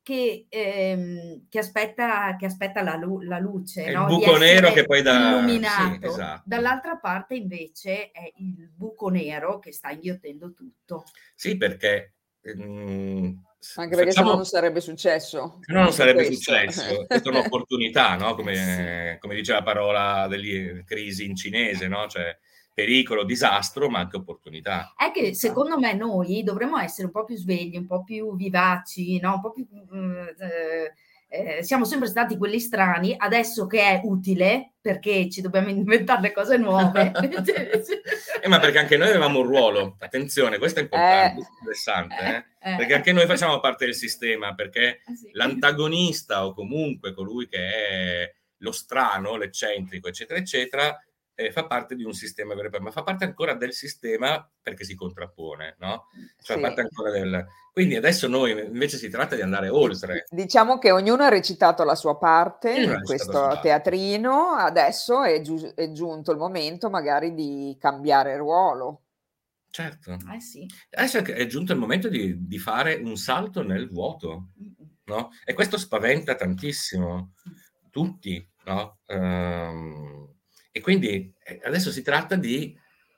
che aspetta la luce, È il no? Di buco nero essere che poi dà... illuminato. Sì, esatto. Dall'altra parte invece è il buco nero che sta inghiottendo tutto. Sì, perché... Anche perché se no non sarebbe successo. Se no non sarebbe questo. successo. Questa è un'opportunità, no? Sì. Come dice la parola della crisi in cinese, no? Cioè pericolo, disastro, ma anche opportunità. È che secondo me noi dovremmo essere un po' più svegli, un po' più vivaci, no? Un po' più... siamo sempre stati quelli strani, adesso che è utile, perché ci dobbiamo inventare le cose nuove. Ma perché anche noi avevamo un ruolo, attenzione, questo è importante, questo è interessante, perché anche noi facciamo parte del sistema, perché sì. L'antagonista o comunque colui che è lo strano, l'eccentrico, eccetera, eccetera, fa parte di un sistema vero e proprio, ma fa parte ancora del sistema perché si contrappone, no? Cioè Sì. parte ancora del... Quindi adesso noi invece si tratta di andare oltre. Diciamo che ognuno ha recitato la sua parte Ognuno ha in recitato la sua questo parte. teatrino, adesso è giunto il momento magari di cambiare ruolo. Certo. Sì. Adesso è giunto il momento di fare un salto nel vuoto, no? E questo spaventa tantissimo tutti, no? E quindi adesso si tratta di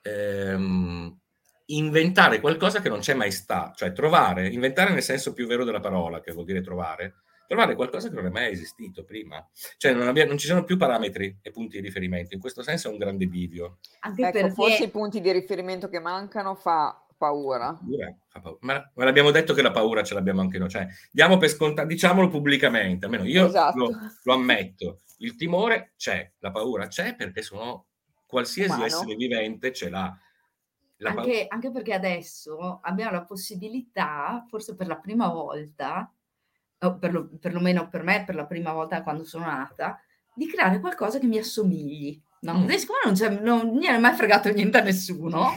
inventare qualcosa che non c'è mai stato, cioè inventare nel senso più vero della parola, che vuol dire trovare qualcosa che non è mai esistito prima. Cioè non ci sono più parametri e punti di riferimento, in questo senso è un grande bivio. Anche Ecco, perché... forse i punti di riferimento che mancano fa paura. Ma l'abbiamo detto che la paura ce l'abbiamo anche noi, cioè diamo per scontato, diciamolo pubblicamente, almeno io Esatto. lo ammetto, il timore c'è, la paura c'è perché qualsiasi essere vivente ce l'ha. Anche perché adesso abbiamo la possibilità, forse per la prima volta, o perlomeno per me, per la prima volta quando sono nata, di creare qualcosa che mi assomigli. No? Siccome non mi è mai fregato niente a nessuno,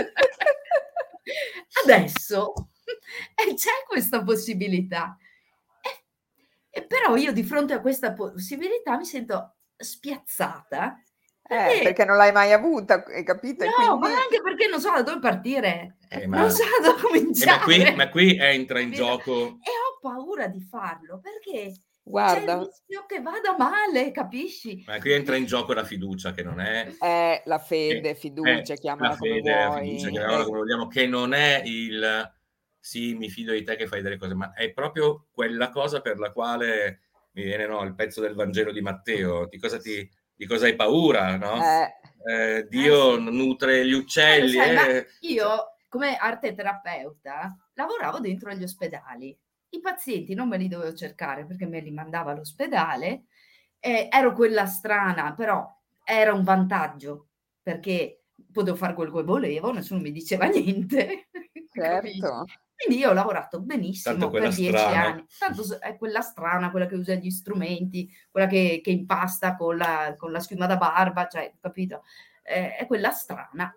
adesso c'è questa possibilità. E però io di fronte a questa possibilità mi sento spiazzata. Perché non l'hai mai avuta, hai capito? No, quindi... ma anche perché non so da dove partire, non so da dove cominciare. Ma qui entra in gioco... E ho paura di farlo, perché Guarda, c'è il rischio che vada male, capisci? Ma qui entra in gioco la fiducia, che non è... la fede, fiducia, chiamala come vuoi. La fiducia, chiamiamola come vogliamo, che non è il... Sì, mi fido di te che fai delle cose, ma è proprio quella cosa per la quale mi viene il pezzo del Vangelo di Matteo, di cosa hai paura, no? Dio nutre gli uccelli. Sai, ma io, come arte terapeuta, lavoravo dentro agli ospedali. I pazienti non me li dovevo cercare perché me li mandava all'ospedale. Ero quella strana, però era un vantaggio perché potevo fare quel che volevo, nessuno mi diceva niente. Certo. Quindi io ho lavorato benissimo per 10 anni. Tanto è quella strana, quella che usa gli strumenti, quella che impasta con la schiuma da barba, cioè, capito? È quella strana.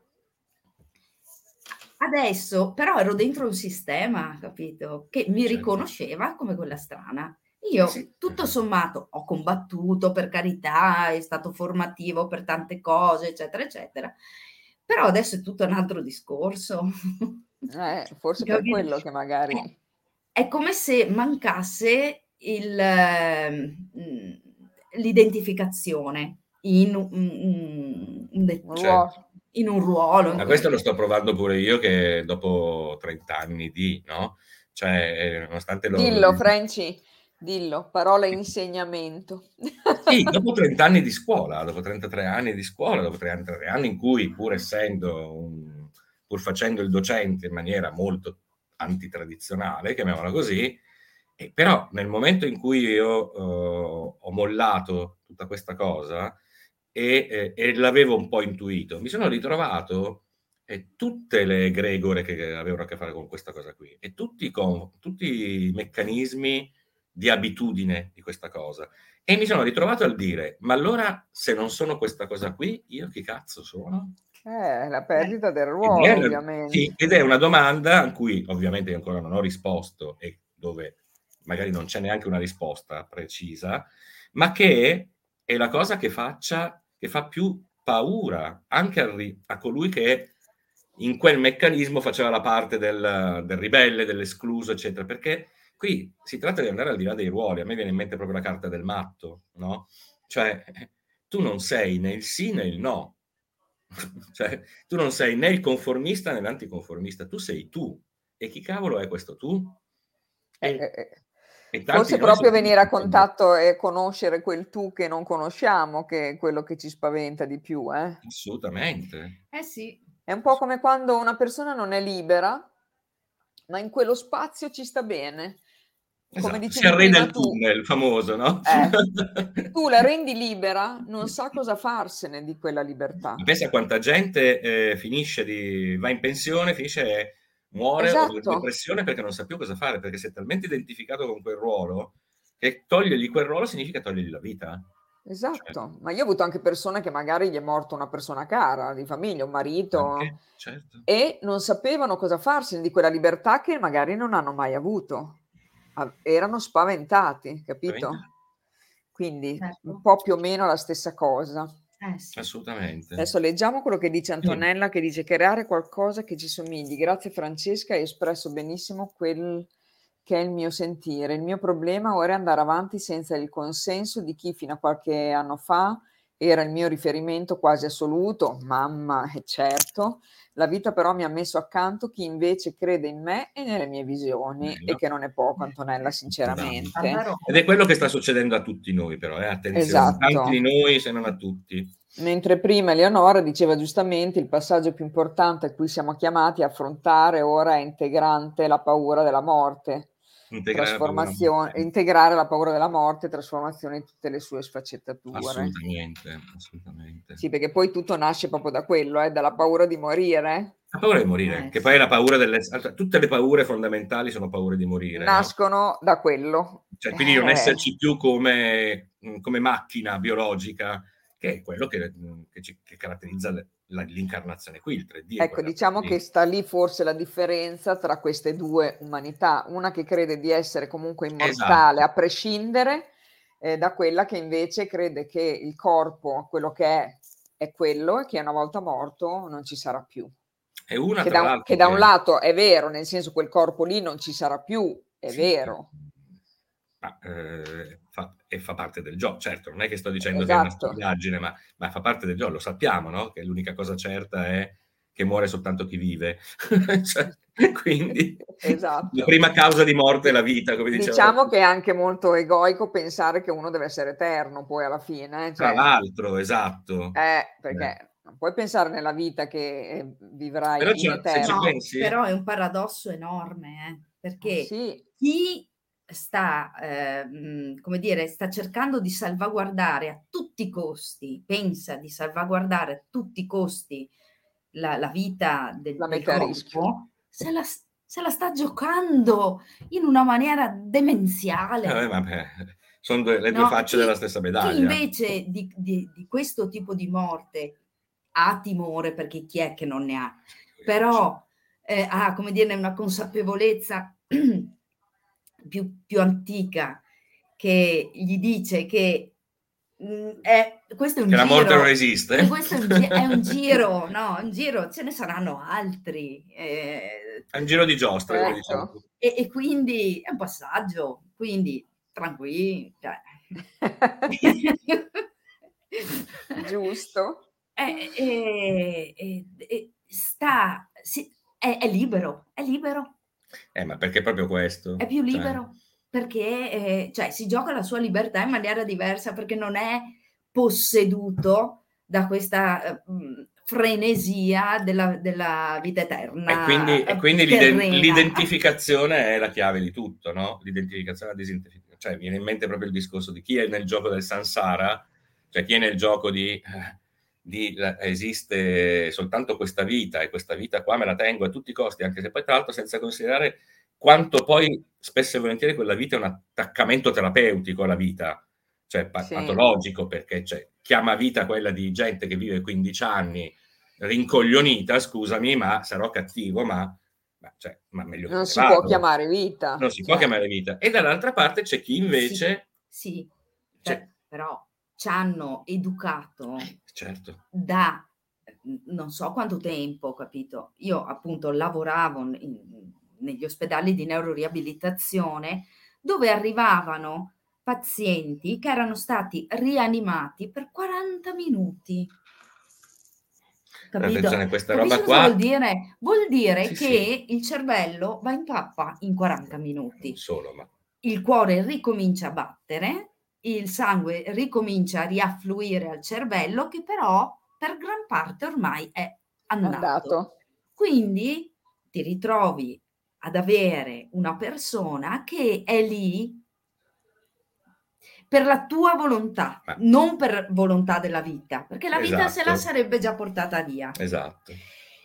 Adesso però ero dentro un sistema, capito? Che mi riconosceva come quella strana. Io, tutto sommato, ho combattuto, per carità, è stato formativo per tante cose, eccetera, eccetera. Però adesso è tutto un altro discorso. Forse per quello che magari... È come se mancasse l'identificazione in un ruolo. Ma questo lo sto provando pure io, che dopo 30 anni no? Cioè, nonostante Dillo, Franci, dillo, parola insegnamento. Sì, dopo 30 anni di scuola, dopo 33 anni di scuola, dopo 33 anni in cui, pur facendo il docente in maniera molto antitradizionale, chiamiamola così, però nel momento in cui io ho mollato tutta questa cosa e l'avevo un po' intuito, mi sono ritrovato tutte le egregore che avevano a che fare con questa cosa qui e tutti i meccanismi di abitudine di questa cosa. E mi sono ritrovato a dire, ma allora se non sono questa cosa qui, io chi cazzo sono? La perdita del ruolo, ovviamente. Sì, ed è una domanda a cui ovviamente io ancora non ho risposto e dove magari non c'è neanche una risposta precisa, ma che è la cosa che fa più paura anche a colui che in quel meccanismo faceva la parte del ribelle, dell'escluso, eccetera, perché qui si tratta di andare al di là dei ruoli. A me viene in mente proprio la carta del matto, no? Cioè, tu non sei né il sì né il no. Cioè, tu non sei né il conformista né l'anticonformista, tu sei tu. E chi cavolo è questo tu? E tanti Forse di noi proprio sono venire a confondi. contatto e conoscere quel tu che non conosciamo, che è quello che ci spaventa di più, eh. Assolutamente. Sì. È un po' come quando una persona non è libera, ma in quello spazio ci sta bene. Come Esatto, si dicevi arreda prima il tu, tunnel famoso, no? tu la rendi libera, non sa cosa farsene di quella libertà. Pensa a quanta gente va in pensione, muore o per Esatto, depressione perché non sa più cosa fare, perché si è talmente identificato con quel ruolo che togliergli quel ruolo significa togliergli la vita. Cioè, esatto. Ma io ho avuto anche persone che magari gli è morta una persona cara, di famiglia, un marito, anche, certo. e non sapevano cosa farsene di quella libertà che magari non hanno mai avuto. Erano spaventati, capito? Quindi un Certo. po' più o meno la stessa cosa. Sì. Assolutamente. Adesso leggiamo quello che dice Antonella, che dice: creare qualcosa che ci somigli. Grazie Francesca, hai espresso benissimo quel che è il mio sentire. Il mio problema ora è andare avanti senza il consenso di chi fino a qualche anno fa era il mio riferimento quasi assoluto, mamma, e certo. La vita però mi ha messo accanto chi invece crede in me e nelle mie visioni, e Bello. che non è poco, Antonella, sinceramente. Ed è quello che sta succedendo a tutti noi, però, attenzione, tanti di Esatto. noi, se non a tutti. Mentre prima Eleonora diceva giustamente il passaggio più importante a cui siamo chiamati a affrontare ora è integrante la paura della morte, Integrare la paura della morte. integrare la paura della morte, trasformazione in tutte le sue sfaccettature. Assolutamente, assolutamente. Sì, perché poi tutto nasce proprio da quello, dalla paura di morire. La paura di morire, che poi è la paura tutte le paure fondamentali sono paure di morire, no? Nascono da quello. Cioè, quindi non esserci più come macchina biologica, che è quello che caratterizza l'incarnazione qui, il 3D è Ecco, quella diciamo lì. che sta lì forse la differenza tra queste due umanità, una che crede di essere comunque immortale Esatto. a prescindere, da quella che invece crede che il corpo, quello che è quello, e che una volta morto non ci sarà più. E una Che tra che l'altro da un lato è vero, nel senso quel corpo lì non ci sarà più, è sì, vero. ma, fa parte del gioco. Certo, non è che sto dicendo che è una Esatto. stupidaggine, ma fa parte del gioco. Lo sappiamo, no, che l'unica cosa certa è che muore soltanto chi vive. Cioè, quindi la Esatto. prima causa di morte è la vita, come diceva Diciamo che è anche molto egoico pensare che uno deve essere eterno poi alla fine, tra cioè l'altro, esatto. perché non puoi pensare nella vita che, Però vivrai in se ci No, eterno. pensi però è un paradosso enorme, perché Sì, chi sta, come dire, sta cercando di salvaguardare a tutti i costi, pensa di salvaguardare a tutti i costi la vita la del mette a rischio. corpo, se la sta giocando in una maniera demenziale. vabbè, son le 2 No, facce della stessa chi medaglia. invece di questo tipo di morte ha timore, perché chi è che non ne ha, però, ha, come dire, una consapevolezza più antica che gli dice che, questo è un Che la morte non giro, che esiste? questo è un giro, no, è un giro, ce ne saranno altri, È un giro di giostre, come dicevi Certo. tu. e quindi è un passaggio, quindi cioè. Giusto. Sta è libero, Ma perché proprio è questo? più Cioè, libero, perché, cioè si gioca la sua libertà in maniera diversa, perché non è posseduto da questa, frenesia della vita eterna, e quindi terrena. l'identificazione è la chiave di tutto, no? L'identificazione, la disidentificazione. Cioè, viene in mente proprio il discorso di chi è nel gioco del samsara, cioè chi è nel gioco esiste soltanto questa vita e questa vita qua me la tengo a tutti i costi, anche se poi tra l'altro senza considerare quanto poi spesso e volentieri quella vita è un attaccamento terapeutico alla vita, cioè Sì. patologico, perché chiama vita quella di gente che vive 15 anni rincoglionita, scusami, ma sarò cattivo, ma meglio che Non me ne si può vado. chiamare Non vita, si può cioè chiamare vita. E dall'altra parte c'è chi Sì, invece sì, cioè, però c'hanno educato certo. da non so quanto tempo, capito? Io appunto lavoravo negli ospedali di neuroriabilitazione, dove arrivavano pazienti che erano stati rianimati per 40 minuti. Capito? Attenzione, questa Capisci roba cosa vuol qua... dire? Vuol dire Sì, che sì, il cervello va in pappa in 40 non minuti. solo, ma... Il cuore ricomincia a battere, il sangue ricomincia a riaffluire al cervello, che però per gran parte ormai è andato. Andato. Quindi ti ritrovi ad avere una persona che è lì per la tua volontà, Ma- non per volontà della vita, perché la vita se la Esatto. sarebbe già portata via. Esatto.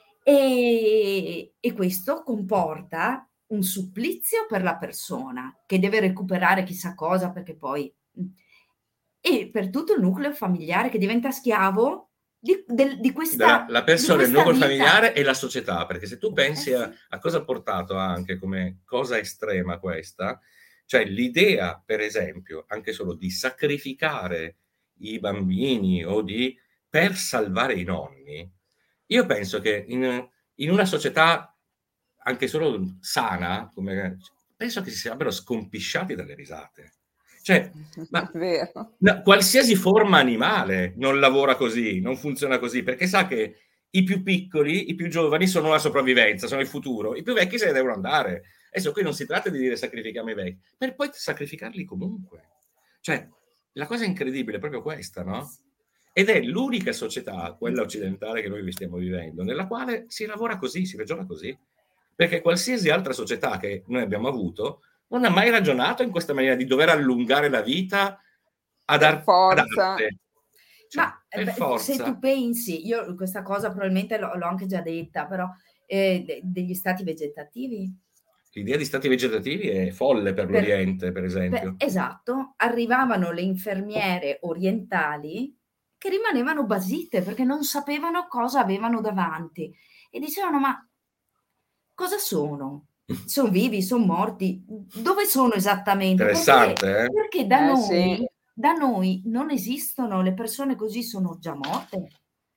E questo comporta un supplizio per la persona, che deve recuperare chissà cosa, perché poi e per tutto il nucleo familiare, che diventa schiavo di questa La persona, il nucleo vita. familiare e la società, perché se tu pensi Sì. a cosa ha portato anche come cosa estrema questa, cioè l'idea, per esempio, anche solo di sacrificare i bambini o per salvare i nonni. Io penso che in una società anche solo sana, penso che si sarebbero scompisciati dalle risate. Cioè, ma È vero. qualsiasi forma animale non lavora così, non funziona così, perché sa che i più piccoli, i più giovani sono la sopravvivenza, sono il futuro, i più vecchi se ne devono andare. Adesso qui non si tratta di dire sacrifichiamo i vecchi, per poi sacrificarli comunque. Cioè, la cosa incredibile è proprio questa, no? Ed è l'unica società, quella occidentale che noi stiamo vivendo, nella quale si lavora così, si ragiona così. Perché qualsiasi altra società che noi abbiamo avuto non ha mai ragionato in questa maniera di dover allungare la vita ad forza. arte. Cioè, Ma per forza. se tu pensi, io questa cosa probabilmente l'ho anche già detta, però degli stati vegetativi. L'idea di stati vegetativi è folle per l'Oriente, per esempio. Esatto, arrivavano le infermiere orientali che rimanevano basite perché non sapevano cosa avevano davanti e dicevano: ma cosa sono? Sono vivi, sono morti? Dove sono esattamente? Interessante, Perché da noi, sì. da noi non esistono, le persone così sono già morte.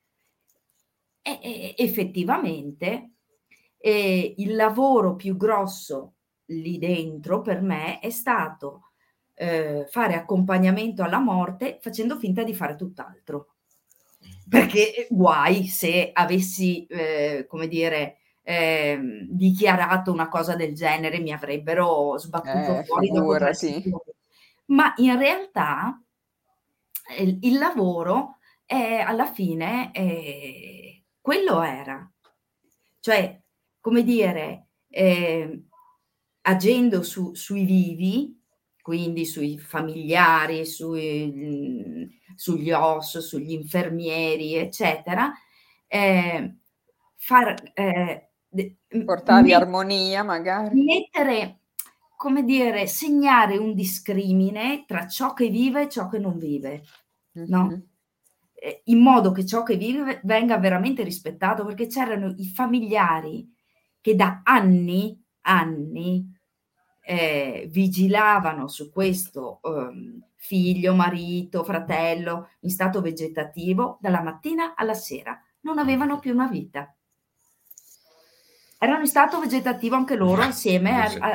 E effettivamente il lavoro più grosso lì dentro per me è stato fare accompagnamento alla morte facendo finta di fare tutt'altro. Perché guai se avessi, come dire, dichiarato una cosa del genere, mi avrebbero sbattuto fuori dopo 3 Figurati. secondi. Ma in realtà il lavoro alla fine quello era. Cioè, come dire, agendo sui vivi, quindi sui familiari, sugli OSS, sugli infermieri, eccetera, Portavi armonia magari. mettere, come dire, segnare un discrimine tra ciò che vive e ciò che non vive, no? In modo che ciò che vive venga veramente rispettato, perché c'erano i familiari che da anni vigilavano su questo figlio, marito, fratello in stato vegetativo dalla mattina alla sera, non avevano più una vita. Erano in stato vegetativo anche loro insieme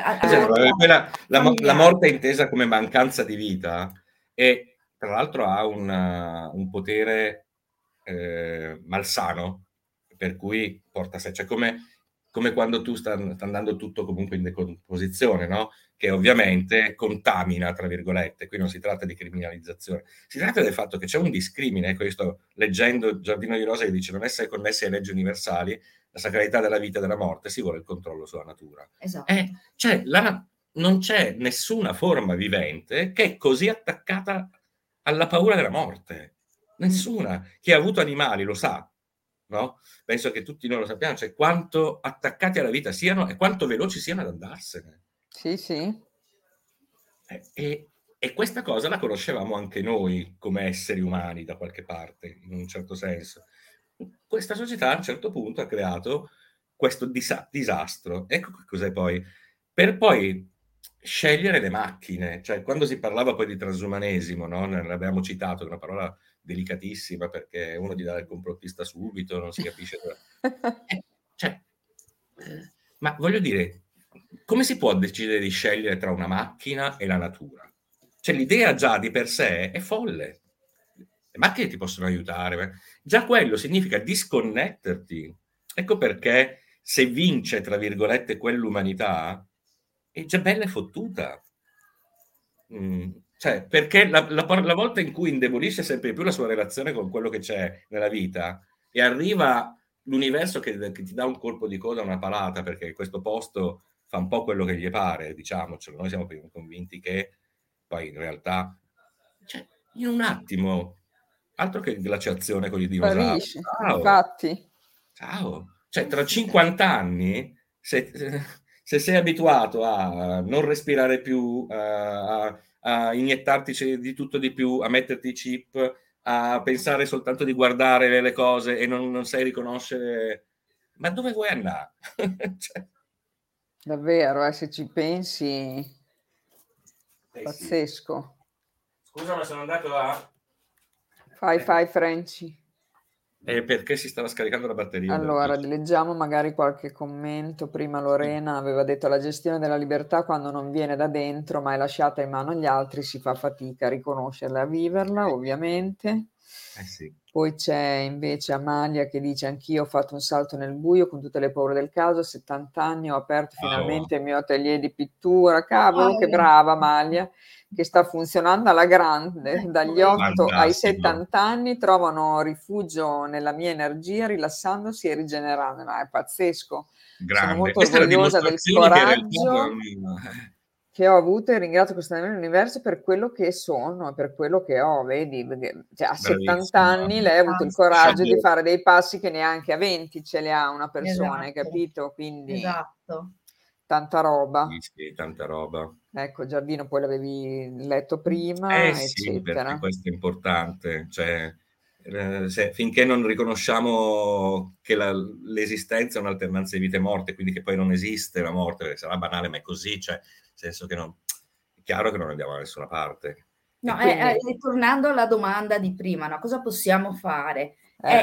la morte è intesa come mancanza di vita e tra l'altro ha un potere malsano, per cui porta a sé, cioè come quando tu sta andando tutto comunque in decomposizione, no? Che ovviamente contamina, tra virgolette. Qui non si tratta di criminalizzazione, si tratta del fatto che c'è un discrimine. Ecco, io sto leggendo Giardino di Rosa che dice: non essere connessi alle leggi universali, la sacralità della vita e della morte, si vuole il controllo sulla natura. Esatto. Cioè, non c'è nessuna forma vivente che è così attaccata alla paura della morte. Nessuna. Chi ha avuto animali lo sa, no? Penso che tutti noi lo sappiamo, cioè quanto attaccati alla vita siano e quanto veloci siano ad andarsene. Sì, sì. E questa cosa la conoscevamo anche noi come esseri umani da qualche parte, in un certo senso. Questa società a un certo punto ha creato questo disastro. Ecco cos'è poi. Per poi scegliere le macchine, cioè quando si parlava poi di transumanesimo, no? L'abbiamo citato, è una parola delicatissima perché uno gli dà il complottista subito, non si capisce. Ma voglio dire, come si può decidere di scegliere tra una macchina e la natura? Cioè l'idea già di per sé è folle. Le macchine ti possono aiutare, già quello significa disconnetterti. Ecco perché se vince, tra virgolette, quell'umanità, è già bella e fottuta. Cioè, perché la volta in cui indebolisce sempre di più la sua relazione con quello che c'è nella vita e arriva l'universo che ti dà un colpo di coda, una palata, perché questo posto fa un po' quello che gli pare, diciamocelo, noi siamo convinti che poi in realtà, cioè, in un attimo, altro che glaciazione con i dinosauri. Sparisce, Ciao, infatti. ciao. Cioè, tra 50 anni, se sei abituato a non respirare più, a iniettarti di tutto di più, a metterti i chip, a pensare soltanto di guardare le cose e non sai riconoscere, ma dove vuoi andare? Cioè, Davvero, se ci pensi, sì. pazzesco. Scusa, ma sono andato a... Fai Franci. Perché si stava scaricando la batteria. Allora, leggiamo magari qualche commento. Prima Lorena aveva detto: la gestione della libertà quando non viene da dentro ma è lasciata in mano agli altri si fa fatica a riconoscerla e a viverla, ovviamente. Sì. Poi c'è invece Amalia che dice: anch'io ho fatto un salto nel buio con tutte le paure del caso, 70 anni, ho aperto finalmente il mio atelier di pittura. Cavolo, che brava Amalia, che sta funzionando alla grande. Dagli 8 ai 70 anni trovano rifugio nella mia energia, rilassandosi e rigenerando. No, è pazzesco. Grande. Sono molto orgogliosa del coraggio che ho avuto e ringrazio costantemente l'universo per quello che sono e per quello che ho, vedi, cioè, a 70 anni lei ha avuto il coraggio di fare dei passi che neanche a 20 ce li ha una persona, hai capito? Quindi tanta roba. Sì, tanta roba. Ecco, Giardino poi l'avevi letto prima, sì, eccetera. perché questo è importante, cioè finché non riconosciamo che l'esistenza è un'alternanza di vite e morte, quindi che poi non esiste la morte, perché sarà banale, ma è così, cioè nel senso che è chiaro che non andiamo da nessuna parte. No, tornando alla domanda di prima, no? Cosa possiamo fare?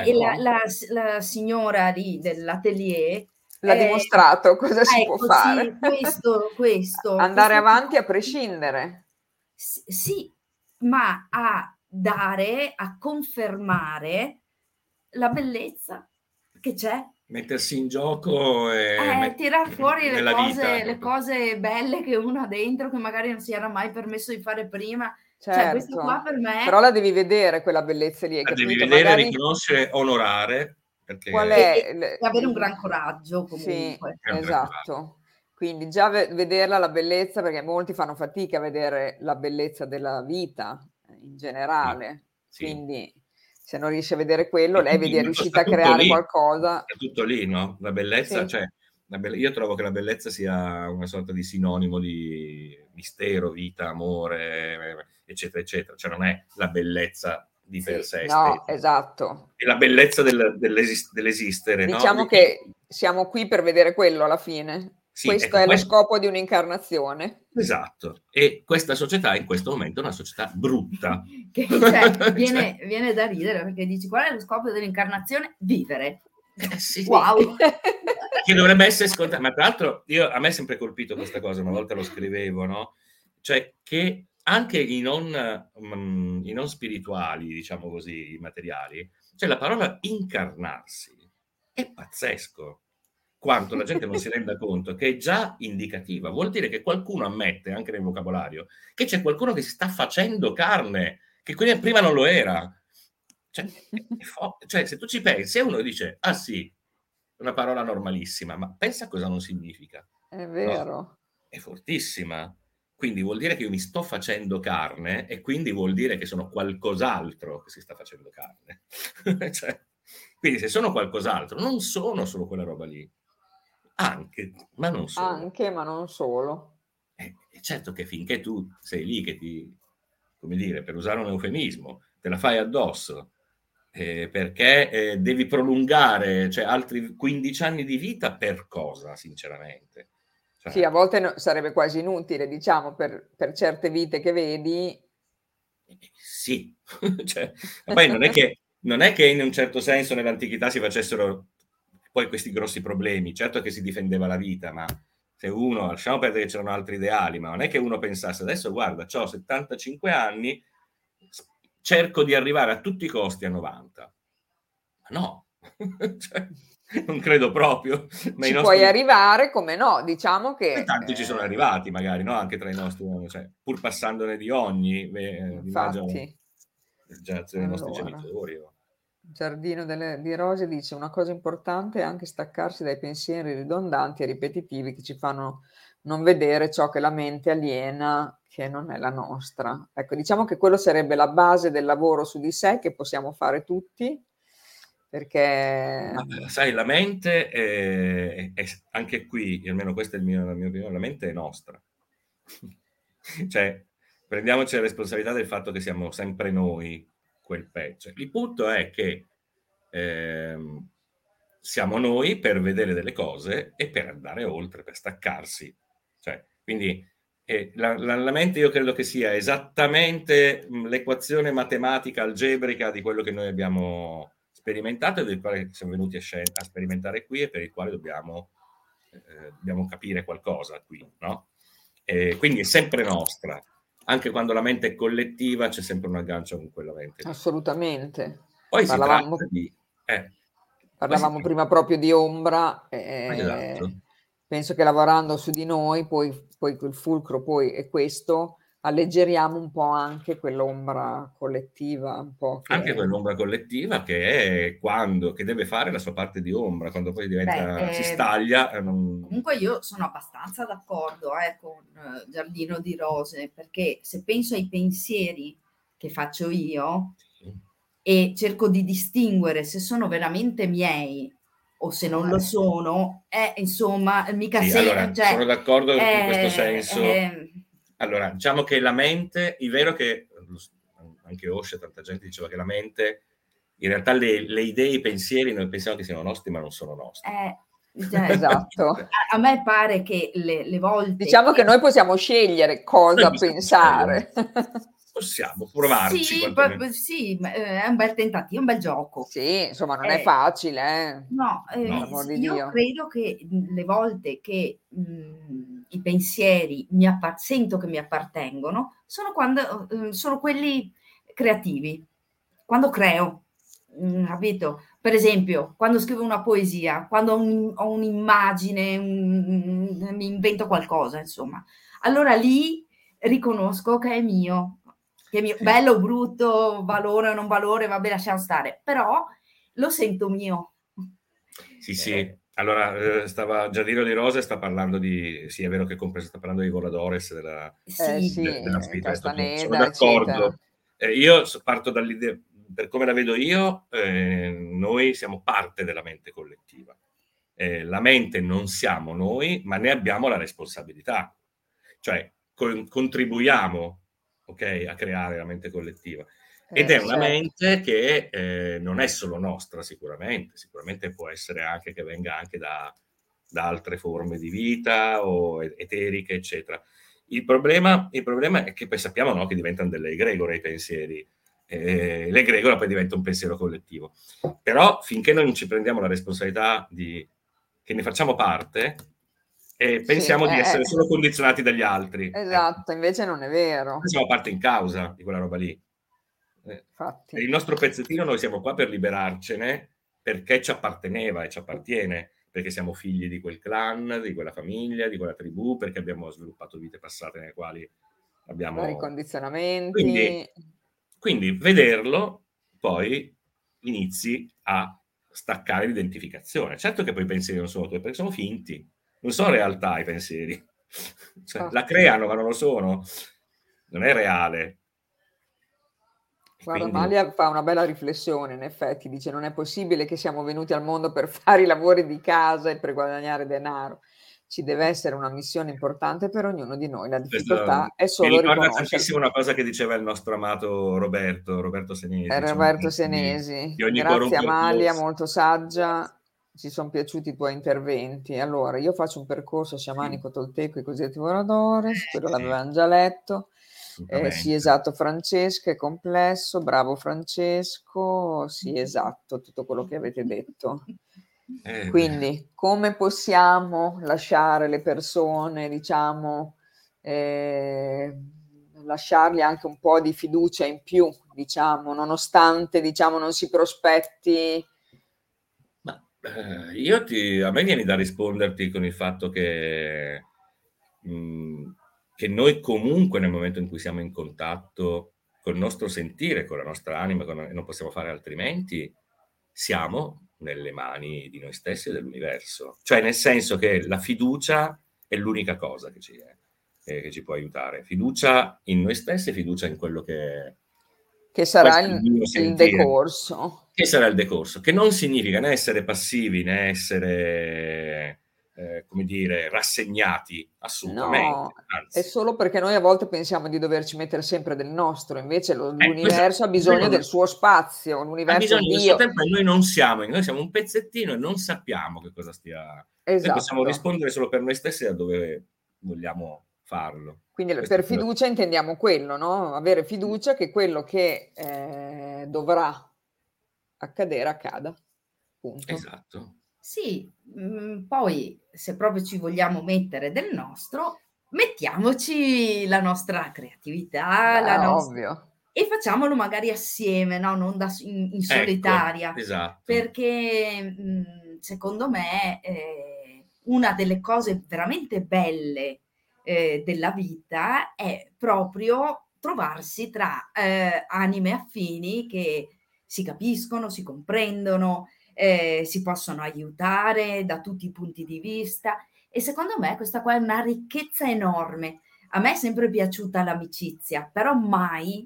La signora dell'atelier l'ha dimostrato cosa si può fare. Questo. Andare avanti a prescindere. Sì, ma a dare, a confermare la bellezza che c'è. Mettersi in gioco e tirar fuori le cose belle che uno ha dentro, che magari non si era mai permesso di fare prima. Certo. Cioè, questo qua per me... Però la devi vedere quella bellezza lì, hai capito? Devi vedere, magari... riconoscere, onorare. Perché... Qual è? E avere un gran coraggio comunque. Sì, esatto. Quindi già vederla la bellezza, perché molti fanno fatica a vedere la bellezza della vita in generale. Sì. Quindi se non riesci a vedere quello, lei vedi è riuscita a creare qualcosa. È tutto lì, no? La bellezza, cioè, io trovo che la bellezza sia una sorta di sinonimo di mistero, vita, amore, eccetera, eccetera. Cioè non è la bellezza di per sé. No, esatto. È la bellezza dell'esistere. Diciamo che siamo qui per vedere quello alla fine. Sì, questo è lo scopo di un'incarnazione. Esatto. E questa società in questo momento è una società brutta. Viene da ridere, perché dici: qual è lo scopo dell'incarnazione? Vivere. Sì, wow. Che dovrebbe essere scontato. Ma tra l'altro a me è sempre colpito questa cosa, una volta lo scrivevo, no? Cioè che anche i non spirituali, diciamo così, materiali, cioè la parola incarnarsi è pazzesco. Quanto la gente non si renda conto che è già indicativa. Vuol dire che qualcuno ammette, anche nel vocabolario, che c'è qualcuno che si sta facendo carne, che prima non lo era. Cioè, se tu ci pensi, uno dice, ah sì, una parola normalissima, ma pensa cosa non significa. È vero. No? È fortissima. Quindi vuol dire che io mi sto facendo carne e quindi vuol dire che sono qualcos'altro che si sta facendo carne. Quindi se sono qualcos'altro, non sono solo quella roba lì. Anche, ma non solo. Anche, ma non solo. Certo che finché tu sei lì che come dire, per usare un eufemismo, te la fai addosso, perché devi prolungare, cioè, altri 15 anni di vita per cosa, sinceramente? Cioè, sì, a volte sarebbe quasi inutile, diciamo, per certe vite che vedi. Sì, cioè, poi non è che in un certo senso nell'antichità si facessero poi questi grossi problemi. Certo che si difendeva la vita, ma se uno, lasciamo perdere che c'erano altri ideali, ma non è che uno pensasse adesso guarda, ho 75 anni, cerco di arrivare a tutti i costi a 90. Ma no, cioè, non credo proprio. Ma Ci puoi arrivare, come no, diciamo che... tanti ci sono arrivati magari, no? Anche tra i nostri, cioè, pur passandone di ogni, Infatti, generazione dei nostri allora, genitori. No? Giardino di Rose dice una cosa importante è anche staccarsi dai pensieri ridondanti e ripetitivi che ci fanno non vedere ciò che la mente aliena, che non è la nostra. Ecco, diciamo che quello sarebbe la base del lavoro su di sé che possiamo fare tutti, perché... Sai, la mente è anche qui, almeno questa è la mia opinione, la mente è nostra. Cioè, prendiamoci la responsabilità del fatto che siamo sempre noi quel pezzo. Il punto è che siamo noi per vedere delle cose e per andare oltre, per staccarsi. Cioè, quindi la mente io credo che sia esattamente l'equazione matematica algebrica di quello che noi abbiamo sperimentato e del quale siamo venuti a sperimentare qui e per il quale dobbiamo capire qualcosa qui, no? Quindi è sempre nostra. Anche quando la mente è collettiva c'è sempre un aggancio con quella mente lì. Assolutamente. Poi si tratta di... Parlavamo prima proprio di ombra, esatto. penso che lavorando su di noi, poi il fulcro poi è questo, alleggeriamo un po' anche quell'ombra collettiva, un po' che... Anche quell'ombra collettiva che è che deve fare la sua parte di ombra, quando poi diventa, si staglia. Comunque io sono abbastanza d'accordo con Giardino di Rose, perché se penso ai pensieri che faccio io e cerco di distinguere se sono veramente miei o se non lo sono, insomma, mica sì, allora, cioè, sono d'accordo in questo senso. Allora, diciamo che la mente, è vero che anche Osho, tanta gente diceva che la mente, in realtà le idee, i pensieri, noi pensiamo che siano nostri, ma non sono nostri. Esatto. A me pare che le volte... Diciamo che noi possiamo scegliere cosa pensare. Possiamo provarci. Sì, è un bel tentativo, un bel gioco. Sì, insomma, non è facile. No, io credo che le volte che i pensieri sento che mi appartengono sono quando sono quelli creativi, quando creo, capito? Per esempio, quando scrivo una poesia, quando ho un'immagine, mi invento qualcosa, insomma. Allora lì riconosco che è mio, sì. Bello o brutto, valore o non valore, vabbè, lasciamo stare, però lo sento mio. Sì. Allora, Giardino di Rose sta parlando di... Sì, è vero che sta parlando di Voladores, della Castaneda, sono d'accordo. Io parto dall'idea, per come la vedo io, noi siamo parte della mente collettiva. La mente non siamo noi, ma ne abbiamo la responsabilità. Cioè, contribuiamo, ok, a creare la mente collettiva. Ed è una mente che non è solo nostra, sicuramente può essere anche che venga anche da altre forme di vita o eteriche, eccetera. Il problema è che poi sappiamo, no, che diventano delle egregore i pensieri. L'egregora poi diventa un pensiero collettivo. Però finché noi non ci prendiamo la responsabilità che ne facciamo parte, pensiamo di essere solo condizionati dagli altri. Esatto, invece non è vero. Noi siamo parte in causa di quella roba lì. Infatti. Il nostro pezzettino noi siamo qua per liberarcene perché ci apparteneva e ci appartiene, perché siamo figli di quel clan, di quella famiglia, di quella tribù, perché abbiamo sviluppato vite passate nelle quali abbiamo... Vari condizionamenti. Quindi vederlo, poi inizi a staccare l'identificazione. Certo che poi i pensieri non sono tuoi, perché sono finti, non sono realtà i pensieri. Cioè, la creano, ma non lo sono. Non è reale. Guarda, Amalia fa una bella riflessione, in effetti, dice non è possibile che siamo venuti al mondo per fare i lavori di casa e per guadagnare denaro. Ci deve essere una missione importante per ognuno di noi. La difficoltà è solo riconoscere. Mi ricorda tantissimo una cosa che diceva il nostro amato Roberto Senesi. Roberto Senesi. Grazie Amalia, molto saggia. Ci sono piaciuti i tuoi interventi. Allora, io faccio un percorso sciamanico tolteco e cosiddetti Voladores, quello l'avevamo già letto. Sì, esatto, Francesca, è complesso, bravo Francesco, sì, esatto, tutto quello che avete detto. Quindi come possiamo lasciare le persone, diciamo, lasciargli anche un po' di fiducia in più, diciamo, nonostante, diciamo, non si prospetti. Ma a me viene da risponderti con il fatto che noi comunque nel momento in cui siamo in contatto col nostro sentire, con la nostra anima, e non possiamo fare altrimenti, siamo nelle mani di noi stessi e dell'universo. Cioè nel senso che la fiducia è l'unica cosa che ci può aiutare. Fiducia in noi stessi, fiducia in quello che sarà questo è il mio il sentire. decorso. Che sarà il decorso? Che non significa né essere passivi né essere, come dire, rassegnati, assolutamente. No, è Anzi, solo perché noi a volte pensiamo di doverci mettere sempre del nostro, invece l'universo ha il bisogno vero- del suo spazio, ha l'universo è bisogno del suo Dio. tempo e noi siamo un pezzettino e non sappiamo che cosa stia. Noi possiamo Esatto. rispondere solo per noi stessi da dove vogliamo farlo. Quindi Questo per è quello. fiducia intendiamo quello, no? Avere fiducia che quello che dovrà accadere accada. Punto. Esatto. Sì, poi se proprio ci vogliamo mettere del nostro, mettiamoci la nostra creatività, la Beh, nostra ovvio. e facciamolo magari assieme, no, non in Ecco, solitaria, esatto. perché, secondo me, una delle cose veramente belle, della vita è proprio trovarsi tra, anime affini che si capiscono, si comprendono, si possono aiutare da tutti i punti di vista e secondo me questa qua è una ricchezza enorme. A me è sempre piaciuta l'amicizia, però mai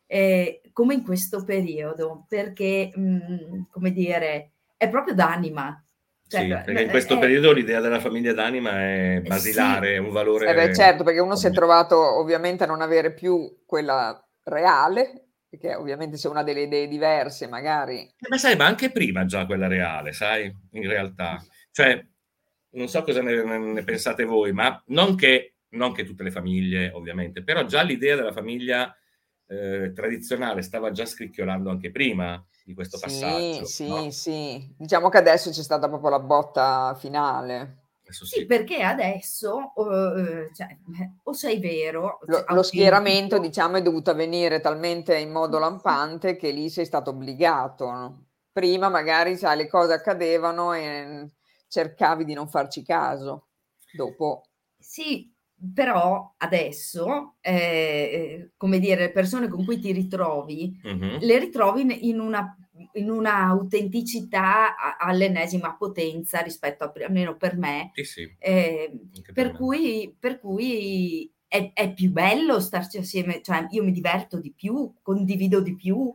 come in questo periodo, perché, come dire, è proprio d'anima. Cioè, Sì, perché in questo periodo l'idea della famiglia d'anima è sì, basilare, è un Beh, valore. certo, perché uno si è trovato ovviamente a non avere più quella reale, perché ovviamente se uno ha delle idee diverse magari. Ma sai, ma anche prima già quella reale, sai, in realtà. Cioè, non so cosa ne pensate voi, ma non che tutte le famiglie, ovviamente, però già l'idea della famiglia tradizionale stava già scricchiolando anche prima di questo Sì, passaggio, sì, no? sì. Diciamo che adesso c'è stata proprio la botta finale. Adesso sì, sì. perché adesso, cioè, o sei vero, cioè, Lo schieramento, autentico. diciamo, è dovuto avvenire talmente in modo lampante che lì sei stato obbligato, no? Prima magari, sai, le cose accadevano e cercavi di non farci caso. Dopo, Sì, però adesso, come dire, le persone con cui ti ritrovi, Mhm. le ritrovi in una autenticità all'ennesima potenza rispetto almeno per me, Sì, sì, anche per per me. cui è più bello starci assieme, cioè io mi diverto di più, condivido di più,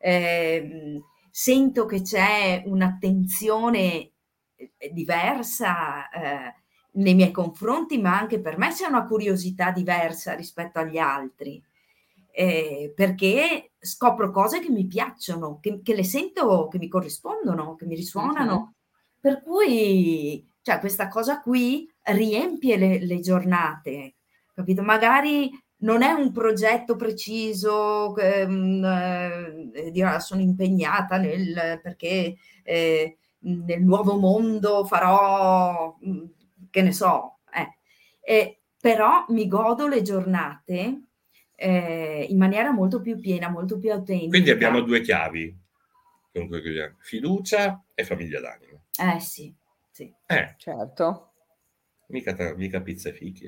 sento che c'è un'attenzione diversa, nei miei confronti, ma anche per me c'è una curiosità diversa rispetto agli altri, perché scopro cose che mi piacciono, che le sento che mi corrispondono, che mi mhm, risuonano. Per cui, cioè questa cosa qui riempie le giornate, capito? Magari non è un progetto preciso, dire: "Sono impegnata perché, nel nuovo mondo farò", che ne so, però mi godo le giornate, in maniera molto più piena, molto più Quindi abbiamo autentica. due chiavi con cui chiudiamo: fiducia e famiglia d'anima. Sì, sì. certo. Mica pizza e fichi,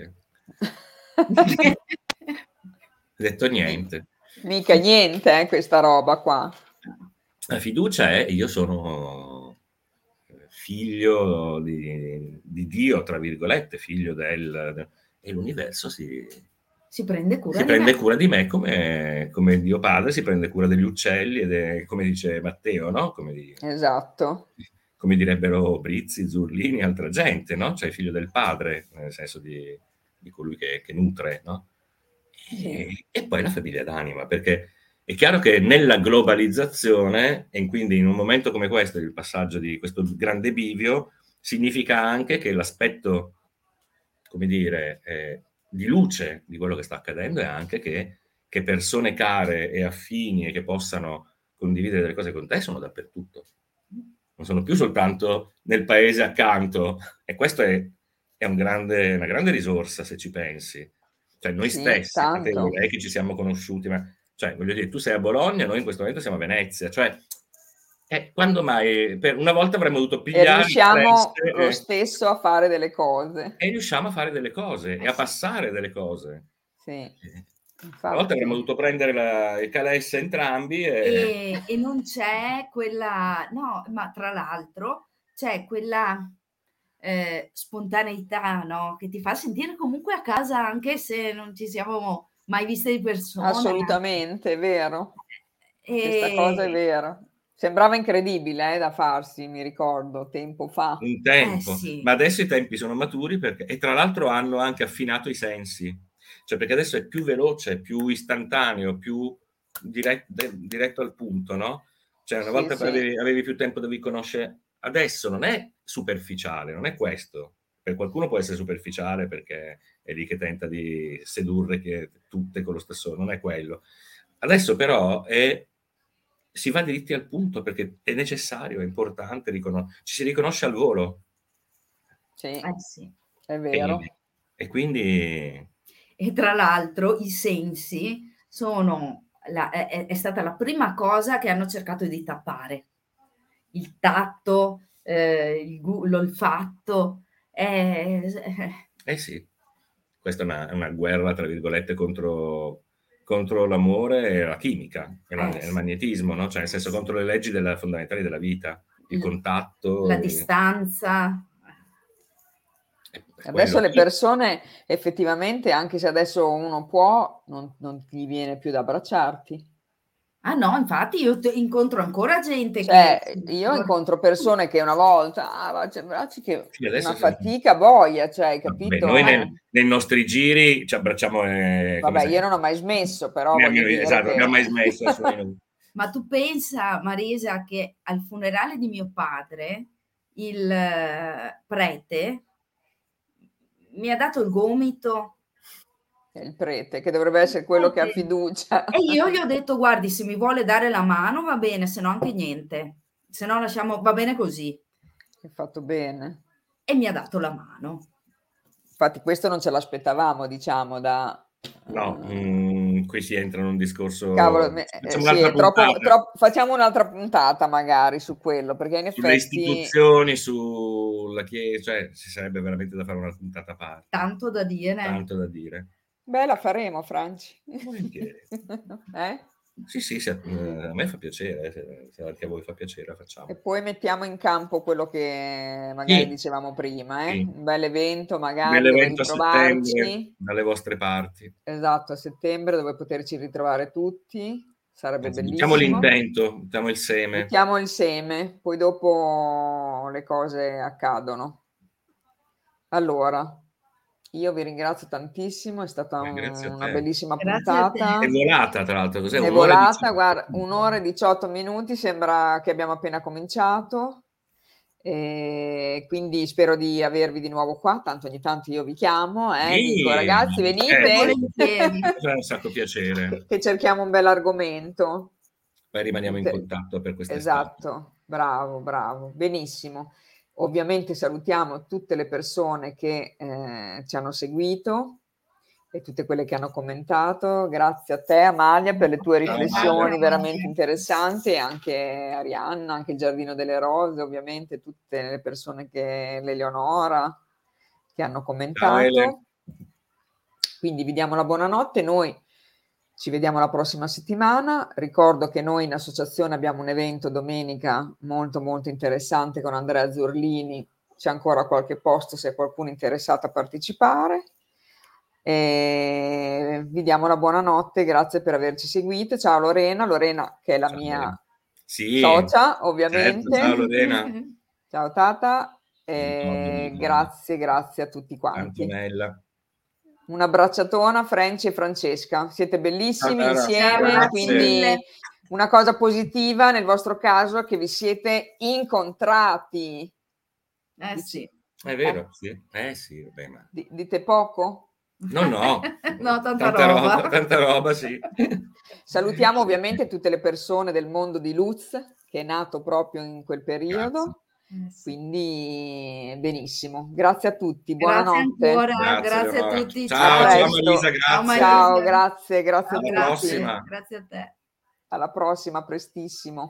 detto niente. Mica niente, questa roba qua. La fiducia è: io sono figlio di Dio, tra virgolette, figlio e l'universo Si prende cura si di prende me. cura di me come Dio Padre si prende cura degli uccelli come dice Matteo, no? Esatto. Come direbbero Brizzi, Zurlini e altra gente, no? Cioè figlio del padre, nel senso di colui che nutre, no? Sì. E poi la famiglia d'anima, perché è chiaro che nella globalizzazione, e quindi in un momento come questo, il passaggio di questo grande bivio, significa anche che l'aspetto, come dire, di luce di quello che sta accadendo è anche che persone care e affini e che possano condividere delle cose con te sono dappertutto. non sono più soltanto nel paese accanto, e questo è una grande risorsa, se ci pensi. Cioè noi Sì, stessi, Matteo, tanto. lei che ci siamo conosciuti, ma cioè, voglio dire, tu sei a Bologna, noi in questo momento siamo a Venezia, cioè quando mai per una volta avremmo dovuto E pigliare il riusciamo lo Calesse stesso a fare delle cose. e riusciamo a fare delle cose e a sì. passare delle cose. Sì, Una volta avremmo infatti. dovuto prendere il Calesse entrambi e E non c'è quella, no, ma tra l'altro c'è quella spontaneità, no? Che ti fa sentire comunque a casa anche se non ci siamo mai viste di persona. Assolutamente, è vero. Questa cosa è vera. Sembrava incredibile, da farsi, mi ricordo, tempo fa. un tempo, Sì. ma adesso i tempi sono maturi perché, e tra l'altro hanno anche affinato i sensi, cioè perché adesso è più veloce, più istantaneo, più diretto al punto, no? Cioè una Sì, volta sì. avevi più tempo, dovevi conoscere, adesso non è superficiale, non è questo. Per qualcuno può essere superficiale perché è lì che tenta di sedurre tutte con lo stesso, non è quello. Adesso però si va diritti al punto perché è necessario, è importante, ci si riconosce al volo. Sì, Sì. è vero. E quindi E tra l'altro i sensi sono è stata la prima cosa che hanno cercato di tappare. Il tatto, l'olfatto. eh sì, questa è una guerra, tra virgolette, contro l'amore e la chimica e il Sì. magnetismo, no? Cioè nel senso contro le leggi fondamentali della vita, il contatto. La distanza. Adesso Quello. le persone effettivamente, anche se adesso uno può, non gli viene più da abbracciarti. Ah no, infatti io incontro ancora gente che... Cioè, io incontro persone che una volta, abbracci che Sì, una adesso fatica boia, cioè, hai vabbè, capito? noi nei nostri giri ci abbracciamo come Vabbè, io non sempre. ho mai smesso, però voglio dire Esatto, non abbiamo che... mai smesso. Assolutamente. Ma tu pensa, Marisa, che al funerale di mio padre il prete mi ha dato il gomito. Il prete, che dovrebbe essere quello che ha fiducia. E io gli ho detto, guardi, se mi vuole dare la mano va bene, se no anche niente. Se no lasciamo, va bene così. Hai fatto bene. E mi ha dato la mano. Infatti questo non ce l'aspettavamo, diciamo, da... No, qui si entra in un discorso. Cavolo, Facciamo sì, un'altra è troppo, puntata facciamo un'altra puntata magari su quello, perché in sulle effetti istituzioni, sulla Chiesa, cioè ci sarebbe veramente da fare una puntata a parte. Tanto da dire. Tanto da dire. beh, la faremo, Franci. Volentieri. Eh? Sì, a me fa piacere, se anche a voi fa piacere, la facciamo. E poi mettiamo in campo quello che magari Sì, dicevamo prima, sì. un bel evento Un magari dove bell'evento a settembre ritrovarci. dalle vostre parti. Esatto, a settembre dove poterci ritrovare tutti, sarebbe Anzi, mettiamo bellissimo. l'intento, mettiamo il seme. Mettiamo il seme, poi dopo le cose accadono. Allora, io vi ringrazio tantissimo, è stata Grazie a una te. bellissima Grazie a te. puntata. È volata, tra l'altro, cos'è? È Un'ora e volata, 18. guarda, 1 ora e 18 minuti, sembra che abbiamo appena cominciato. Quindi spero di avervi di nuovo qua, tanto ogni tanto io vi chiamo, dico Sì, ragazzi venite, volentieri. mi fa un sacco piacere. che cerchiamo un bell'argomento. Poi rimaniamo in contatto per quest'estate. Esatto, bravo, bravo, benissimo. Ovviamente salutiamo tutte le persone che ci hanno seguito e tutte quelle che hanno commentato. Grazie a te, Amalia, per le tue Ciao, riflessioni Amalia. veramente interessanti, e anche Arianna, anche il Giardino delle Rose, ovviamente tutte le persone l'Eleonora che hanno Ciao, commentato. Ele. Quindi vi diamo la buonanotte, noi ci vediamo la prossima settimana. Ricordo che noi in associazione abbiamo un evento domenica molto molto interessante con Andrea Zurlini, c'è ancora qualche posto se qualcuno è interessato a partecipare. E vi diamo la buonanotte, grazie per averci seguito. Ciao Lorena che è la Ciao, mia sì, socia, ovviamente. certo, ciao Lorena. Ciao Tata, Ricordo grazie a tutti quanti. Antonella. Un abbracciatona, Franci e Francesca. Siete bellissimi Ciao, insieme, grazie. quindi una cosa positiva nel vostro caso è che vi siete incontrati. Sì. È vero, sì. Sì, vabbè, ma... Dite poco? No, No, tanta roba. Tanta roba, sì. Salutiamo ovviamente tutte le persone del mondo di Luz che è nato proprio in quel periodo. Sì. Quindi benissimo, grazie a tutti, Grazie buonanotte. ancora, grazie a tutti. Ciao, A ciao presto. Marisa, grazie. Ciao, grazie Ciao, a tutti. Alla prossima. Grazie a te. Alla prossima, prestissimo.